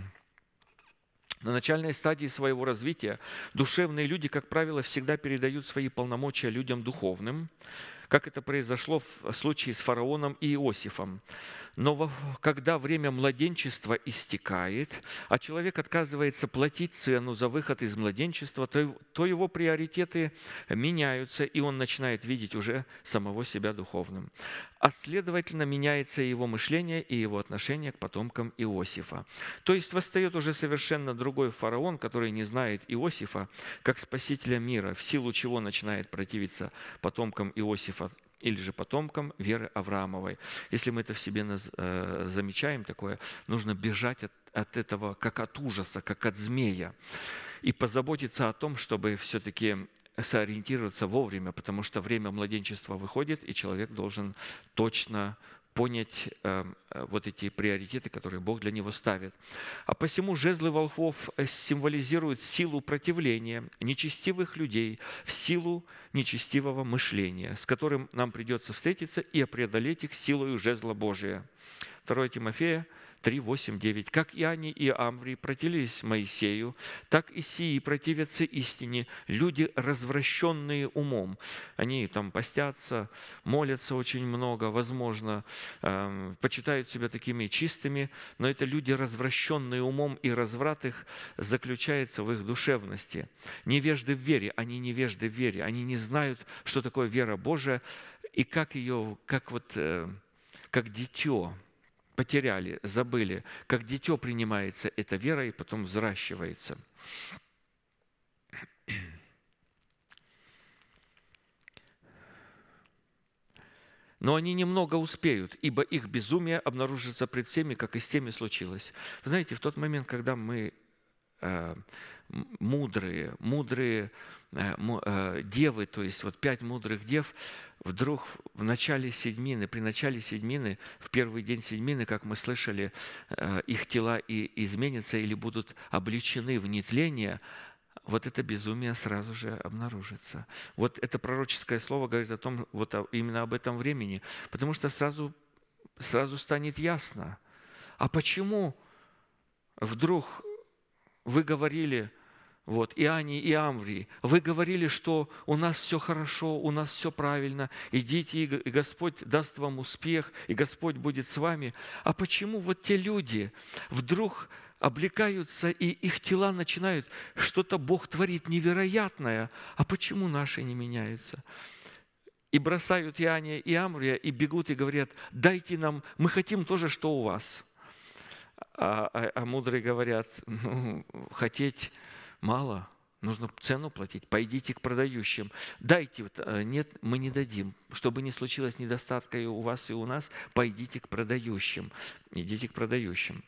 На начальной стадии своего развития душевные люди, как правило, всегда передают свои полномочия людям духовным, как это произошло в случае с фараоном и Иосифом. Но во- когда время младенчества истекает, а человек отказывается платить цену за выход из младенчества, то, то его приоритеты меняются, и он начинает видеть уже самого себя духовным. А следовательно, меняется и его мышление, и его отношение к потомкам Иосифа. То есть восстает уже совершенно другой фараон, который не знает Иосифа как спасителя мира, в силу чего начинает противиться потомкам Иосифа, или же потомкам веры Авраамовой. Если мы это в себе наз- э, замечаем такое, нужно бежать от, от этого, как от ужаса, как от змея, и позаботиться о том, чтобы все-таки сориентироваться вовремя, потому что время младенчества выходит, и человек должен точно понять э, вот эти приоритеты, которые Бог для него ставит. А посему жезлы волхвов символизируют силу противления нечестивых людей в силу нечестивого мышления, с которым нам придется встретиться и преодолеть их силою жезла Божия. второе Тимофея три, восемь, девять. «Как Иоанни и Амврий противились Моисею, так и сии противятся истине, люди, развращенные умом». Они там постятся, молятся очень много, возможно, э, почитают себя такими чистыми, но это люди, развращенные умом, и разврат их заключается в их душевности. Невежды в вере, они невежды в вере, они не знают, что такое вера Божия, и как ее, как вот, э, как дитё, потеряли, забыли, как дитё принимается эта вера и потом взращивается. Но они немного успеют, ибо их безумие обнаружится пред всеми, как и с теми случилось. Вы знаете, в тот момент, когда мы э, мудрые, мудрые э, му- э, девы, то есть вот пять мудрых дев, вдруг в начале седьмины, при начале седьмины, в первый день седьмины, как мы слышали, э, их тела и изменятся или будут обличены в нетление, вот это безумие сразу же обнаружится. Вот это пророческое слово говорит о том, вот о- именно об этом времени, потому что сразу, сразу станет ясно, а почему вдруг вы говорили, вот, Иоанни и Амврий, вы говорили, что у нас все хорошо, у нас все правильно, идите, и Г- и Господь даст вам успех, и Господь будет с вами. А почему вот те люди вдруг облекаются, и их тела начинают, что-то Бог творит невероятное, а почему наши не меняются? И бросают Иоанния и Амврия, и бегут, и говорят, дайте нам, мы хотим тоже, что у вас. А, а- а мудрые говорят, ну, хотеть мало, нужно цену платить, пойдите к продающим. Дайте, вот, э, нет, мы не дадим. Чтобы не случилось недостатка и у вас, и у нас, пойдите к продающим. Идите к продающим.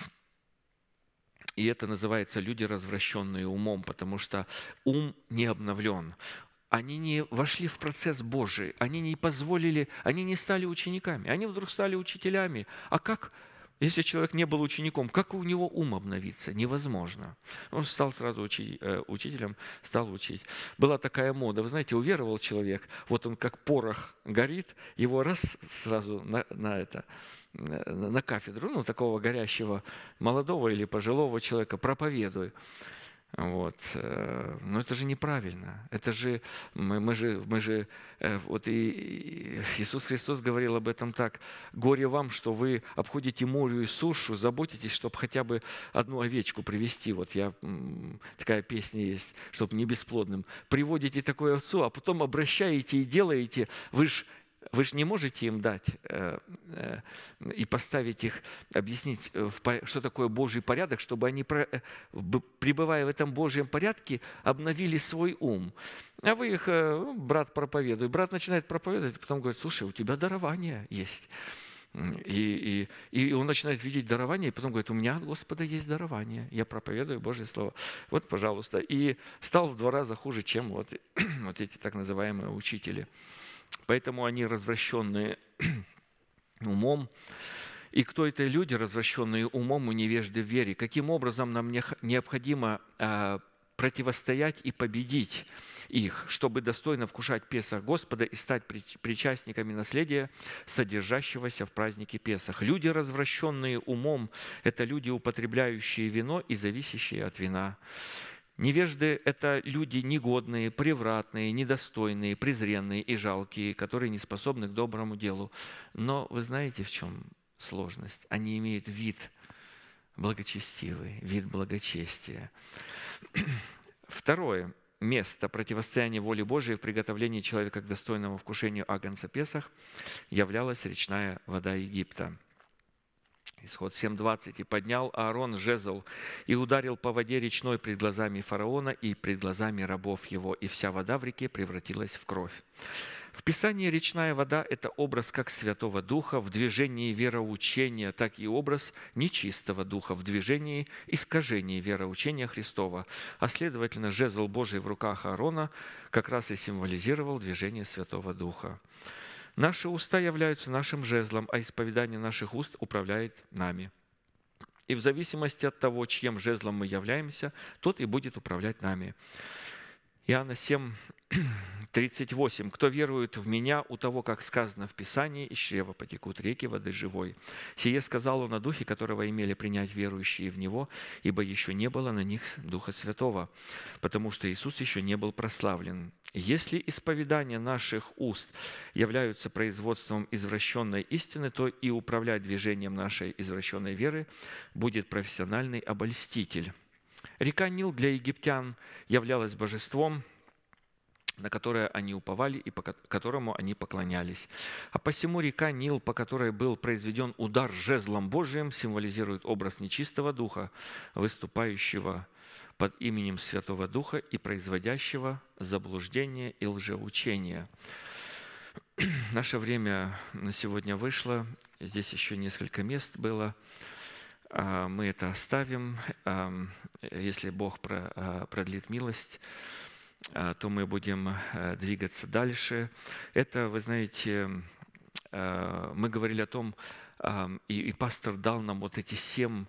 И это называется люди, развращенные умом, потому что ум не обновлен. Они не вошли в процесс Божий, они не позволили, они не стали учениками, они вдруг стали учителями. А как, если человек не был учеником, как у него ум обновиться? Невозможно. Он стал сразу учи- э, учителем, стал учить. Была такая мода, вы знаете, уверовал человек, вот он как порох горит, его раз сразу на, на это, на на кафедру, ну, такого горящего молодого или пожилого человека, проповедуй. Вот. э, Но это же неправильно. Это же мы, мы же, мы же э, вот и и Иисус Христос говорил об этом так: горе вам, что вы обходите море и сушу, заботитесь, чтобы хотя бы одну овечку привести. Вот я м, такая песня есть, чтобы не бесплодным. Приводите такую овцу, а потом обращаете и делаете. Вы ж Вы же не можете им дать э, э, и поставить их, объяснить, э, в по- что такое Божий порядок, чтобы они, про- э, б- пребывая в этом Божьем порядке, обновили свой ум. А вы их, э, ну, брат проповедует, брат начинает проповедовать, потом говорит, слушай, у тебя дарование есть. И, и, и он начинает видеть дарование, и потом говорит, у меня от Господа есть дарование, я проповедую Божье Слово. Вот, пожалуйста. И стал в два раза хуже, чем вот, вот эти так называемые учители. Поэтому они развращенные умом. И кто это люди, развращенные умом и невежды в вере? Каким образом нам нех- необходимо а, противостоять и победить их, чтобы достойно вкушать Песах Господа и стать прич- причастниками наследия, содержащегося в празднике Песах? Люди, развращенные умом, это люди, употребляющие вино и зависящие от вина. Невежды – это люди негодные, превратные, недостойные, презренные и жалкие, которые не способны к доброму делу. Но вы знаете, в чем сложность. Они имеют вид благочестивый, вид благочестия. Второе место противостояния воли Божией в приготовлении человека к достойному вкушению агнца Песах являлась речная вода Египта. Исход семь двадцать. «И поднял Аарон жезл, и ударил по воде речной пред глазами фараона и пред глазами рабов его, и вся вода в реке превратилась в кровь». В Писании речная вода – это образ как Святого Духа в движении вероучения, так и образ нечистого духа в движении искажения вероучения Христова. А следовательно, жезл Божий в руках Аарона как раз и символизировал движение Святого Духа. Наши уста являются нашим жезлом, а исповедание наших уст управляет нами. И в зависимости от того, чьим жезлом мы являемся, тот и будет управлять нами. Иоанна семь тридцать восемь. «Кто верует в Меня, у того, как сказано в Писании, из чрева потекут реки воды живой. Сие сказал Он о Духе, которого имели принять верующие в Него, ибо еще не было на них Духа Святого, потому что Иисус еще не был прославлен. Если исповедания наших уст являются производством извращенной истины, то и управлять движением нашей извращенной веры будет профессиональный обольститель». Река Нил для египтян являлась божеством, на которое они уповали и по которому они поклонялись. А посему река Нил, по которой был произведен удар жезлом Божиим, символизирует образ нечистого духа, выступающего под именем Святого Духа и производящего заблуждение и лжеучение. Наше время на сегодня вышло. Здесь еще несколько мест было. Мы это оставим. Если Бог продлит милость, то мы будем двигаться дальше. Это, вы знаете, мы говорили о том, и, и пастор дал нам вот эти семь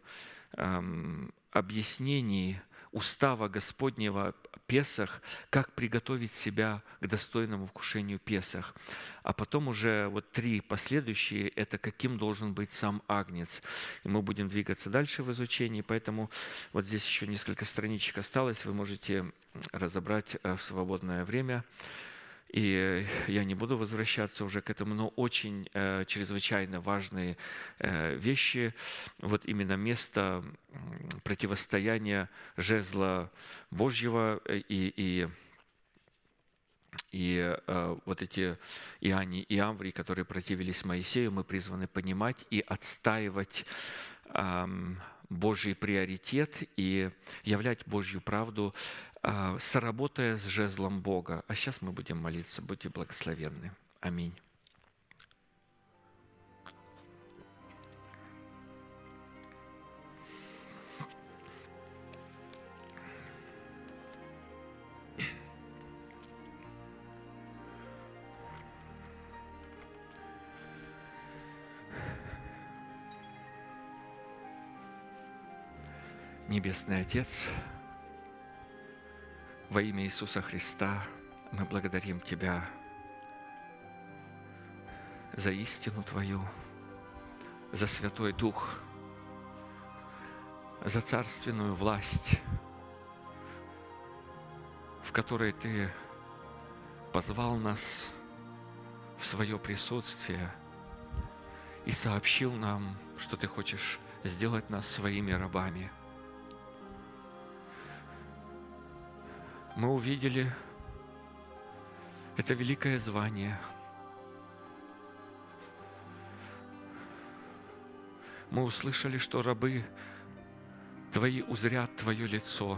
объяснений устава Господнего Песах, как приготовить себя к достойному вкушению Песах. А потом уже вот три последующие – это каким должен быть сам агнец. И мы будем двигаться дальше в изучении, поэтому вот здесь еще несколько страничек осталось, вы можете разобрать в свободное время. И я не буду возвращаться уже к этому, но очень э, чрезвычайно важные э, вещи. Вот именно место противостояния жезла Божьего и, и, и э, вот эти Иоанни и Амврий, которые противились Моисею, мы призваны понимать и отстаивать э, Божий приоритет и являть Божью правду, соработая с жезлом Бога. А сейчас мы будем молиться. Будьте благословенны. Аминь. Небесный Отец, во имя Иисуса Христа мы благодарим Тебя за истину Твою, за Святой Дух, за царственную власть, в которой Ты позвал нас в свое присутствие и сообщил нам, что Ты хочешь сделать нас своими рабами. Мы увидели это великое звание. Мы услышали, что рабы Твои узрят Твое лицо.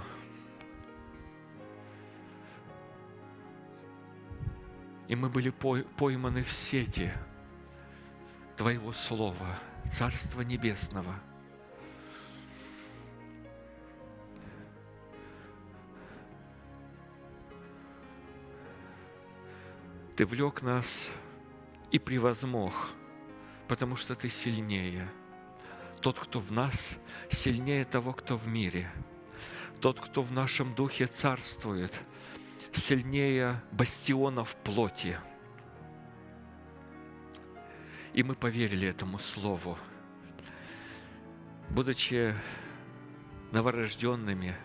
И мы были пойманы в сети Твоего Слова, Царства Небесного. Ты влек нас и превозмог, потому что Ты сильнее. Тот, кто в нас, сильнее того, кто в мире. Тот, кто в нашем духе царствует, сильнее бастионов плоти. И мы поверили этому слову. Будучи новорожденными,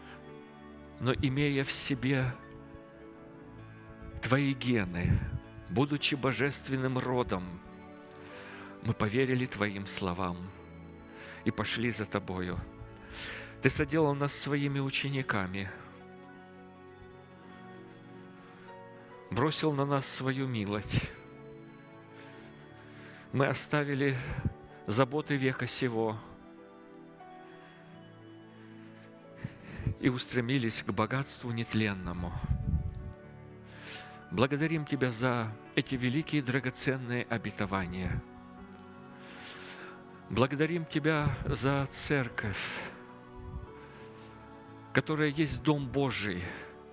но имея в себе Твои гены, будучи божественным родом, мы поверили Твоим словам и пошли за Тобою. Ты соделал нас своими учениками, бросил на нас свою милость. Мы оставили заботы века сего и устремились к богатству нетленному. Благодарим Тебя за эти великие драгоценные обетования. Благодарим Тебя за церковь, которая есть Дом Божий.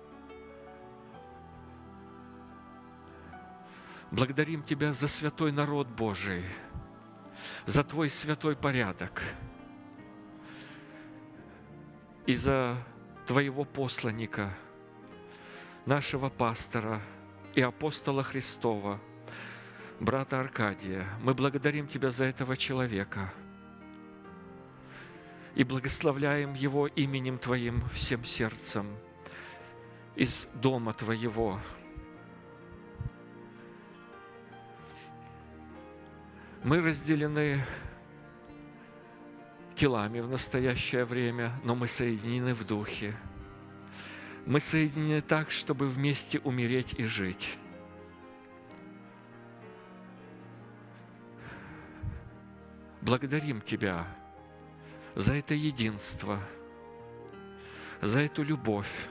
Благодарим Тебя за святой народ Божий, за Твой святой порядок и за Твоего посланника, нашего пастора и апостола Христова, брата Аркадия. Мы благодарим Тебя за этого человека и благословляем его именем Твоим всем сердцем из дома Твоего. Мы разделены телами в настоящее время, но мы соединены в духе. Мы соединены так, чтобы вместе умереть и жить. Благодарим Тебя за это единство, за эту любовь.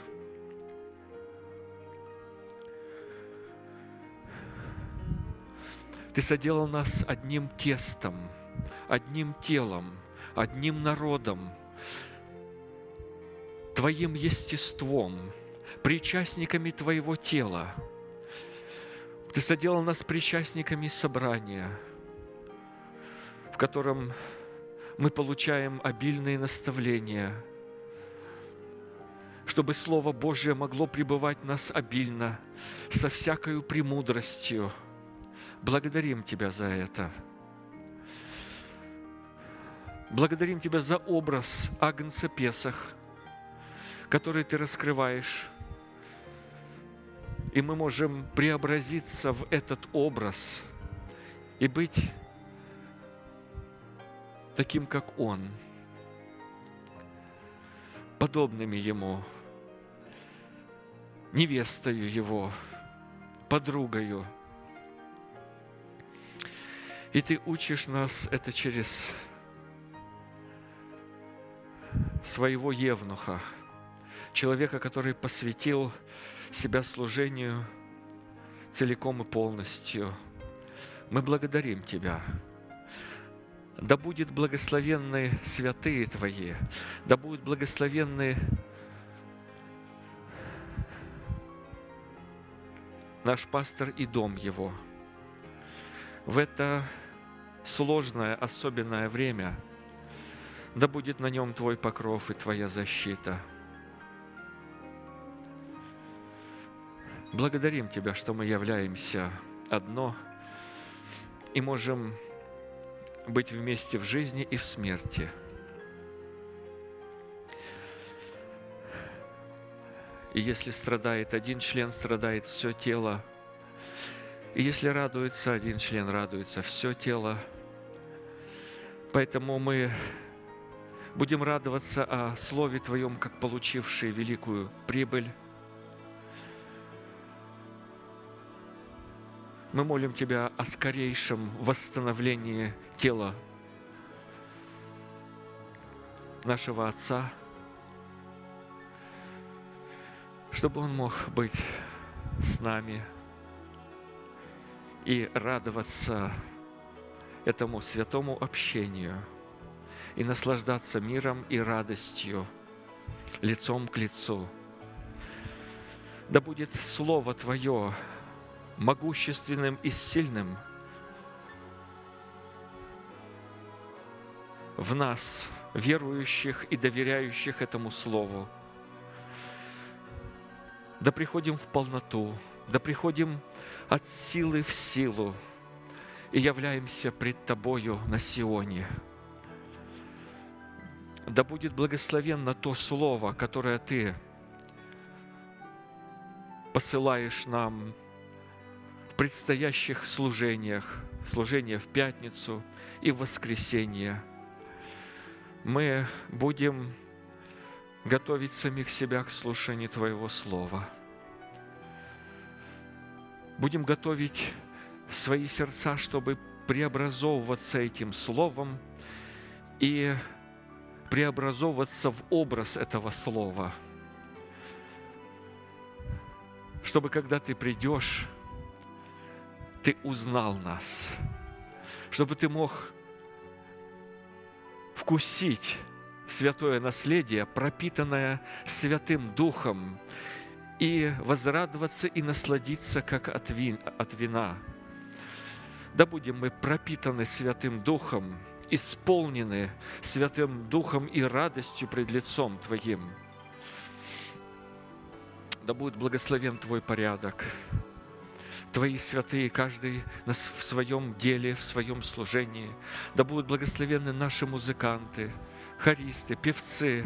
Ты соделал нас одним тестом, одним телом, одним народом, Твоим естеством, причастниками Твоего тела. Ты соделал нас причастниками собрания, в котором мы получаем обильные наставления, чтобы Слово Божие могло пребывать в нас обильно, со всякою премудростью. Благодарим Тебя за это. Благодарим Тебя за образ Агнца Песах, который Ты раскрываешь. И мы можем преобразиться в этот образ и быть таким, как Он, подобными Ему, невестою Его, подругою. И Ты учишь нас это через своего евнуха, человека, который посвятил себя служению целиком и полностью. Мы благодарим Тебя. Да будут благословенны святые Твои, да будут благословенны наш пастор и дом его. В это сложное, особенное время да будет на нем Твой покров и Твоя защита. Благодарим Тебя, что мы являемся одно и можем быть вместе в жизни и в смерти. И если страдает один член, страдает все тело. И если радуется один член, радуется все тело. Поэтому мы будем радоваться о Слове Твоем, как получившие великую прибыль. Мы молим Тебя о скорейшем восстановлении тела нашего Отца, чтобы Он мог быть с нами и радоваться этому святому общению и наслаждаться миром и радостью лицом к лицу. Да будет Слово Твое могущественным и сильным в нас, верующих и доверяющих этому Слову. Да приходим в полноту, да приходим от силы в силу и являемся пред Тобою на Сионе. Да будет благословенно то Слово, которое Ты посылаешь нам в предстоящих служениях, служения в пятницу и в воскресенье. Мы будем готовить самих себя к слушанию Твоего Слова. Будем готовить свои сердца, чтобы преобразовываться этим Словом и преобразовываться в образ этого Слова. Чтобы, когда Ты придешь, Ты узнал нас. Чтобы Ты мог вкусить святое наследие, пропитанное Святым Духом, и возрадоваться и насладиться, как от, вин, от вина. Да будем мы пропитаны Святым Духом, исполнены Святым Духом и радостью пред лицом Твоим. Да будет благословен Твой порядок, Твои святые, каждый в своем деле, в своем служении. Да будут благословенны наши музыканты, хористы, певцы,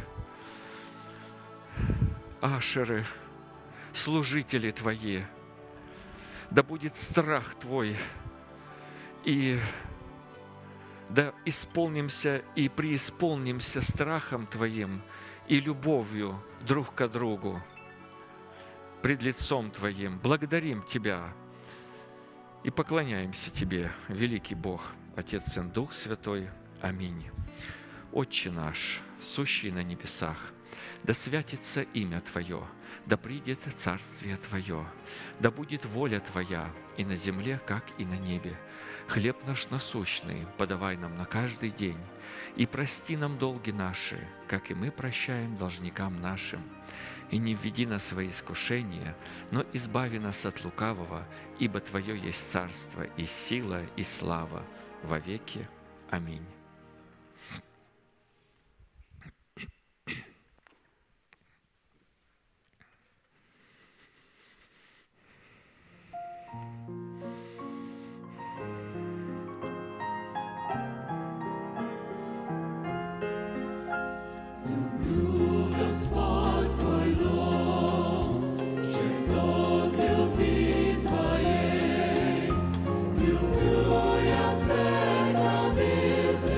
ашеры, служители Твои. Да будет страх Твой, и да исполнимся и преисполнимся страхом Твоим и любовью друг к другу пред лицом Твоим. Благодарим Тебя и поклоняемся Тебе, великий Бог, Отец, Сын, Дух Святой. Аминь. Отче наш, сущий на небесах, да святится имя Твое, да придет царствие Твое, да будет воля Твоя и на земле, как и на небе. Хлеб наш насущный подавай нам на каждый день, и прости нам долги наши, как и мы прощаем должникам нашим. И не введи нас в свои искушения, но избави нас от лукавого, ибо Твое есть царство и сила и слава во веки. Аминь. Люблю, Господь, Твой дом, чертог любви Твоей. Люблю я церковь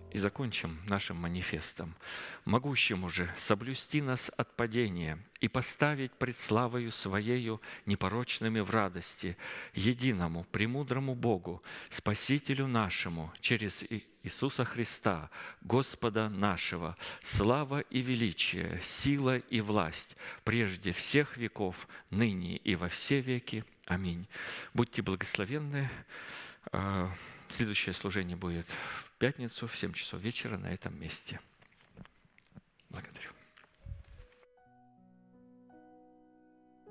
И закончим нашим манифестом. «Могущему же соблюсти нас от падения и поставить пред славою Своею непорочными в радости, единому, премудрому Богу, Спасителю нашему, через Иисуса Христа, Господа нашего, слава и величие, сила и власть, прежде всех веков, ныне и во все веки. Аминь». Будьте благословенны. Следующее служение будет в пятницу в семь часов вечера на этом месте. Благодарю.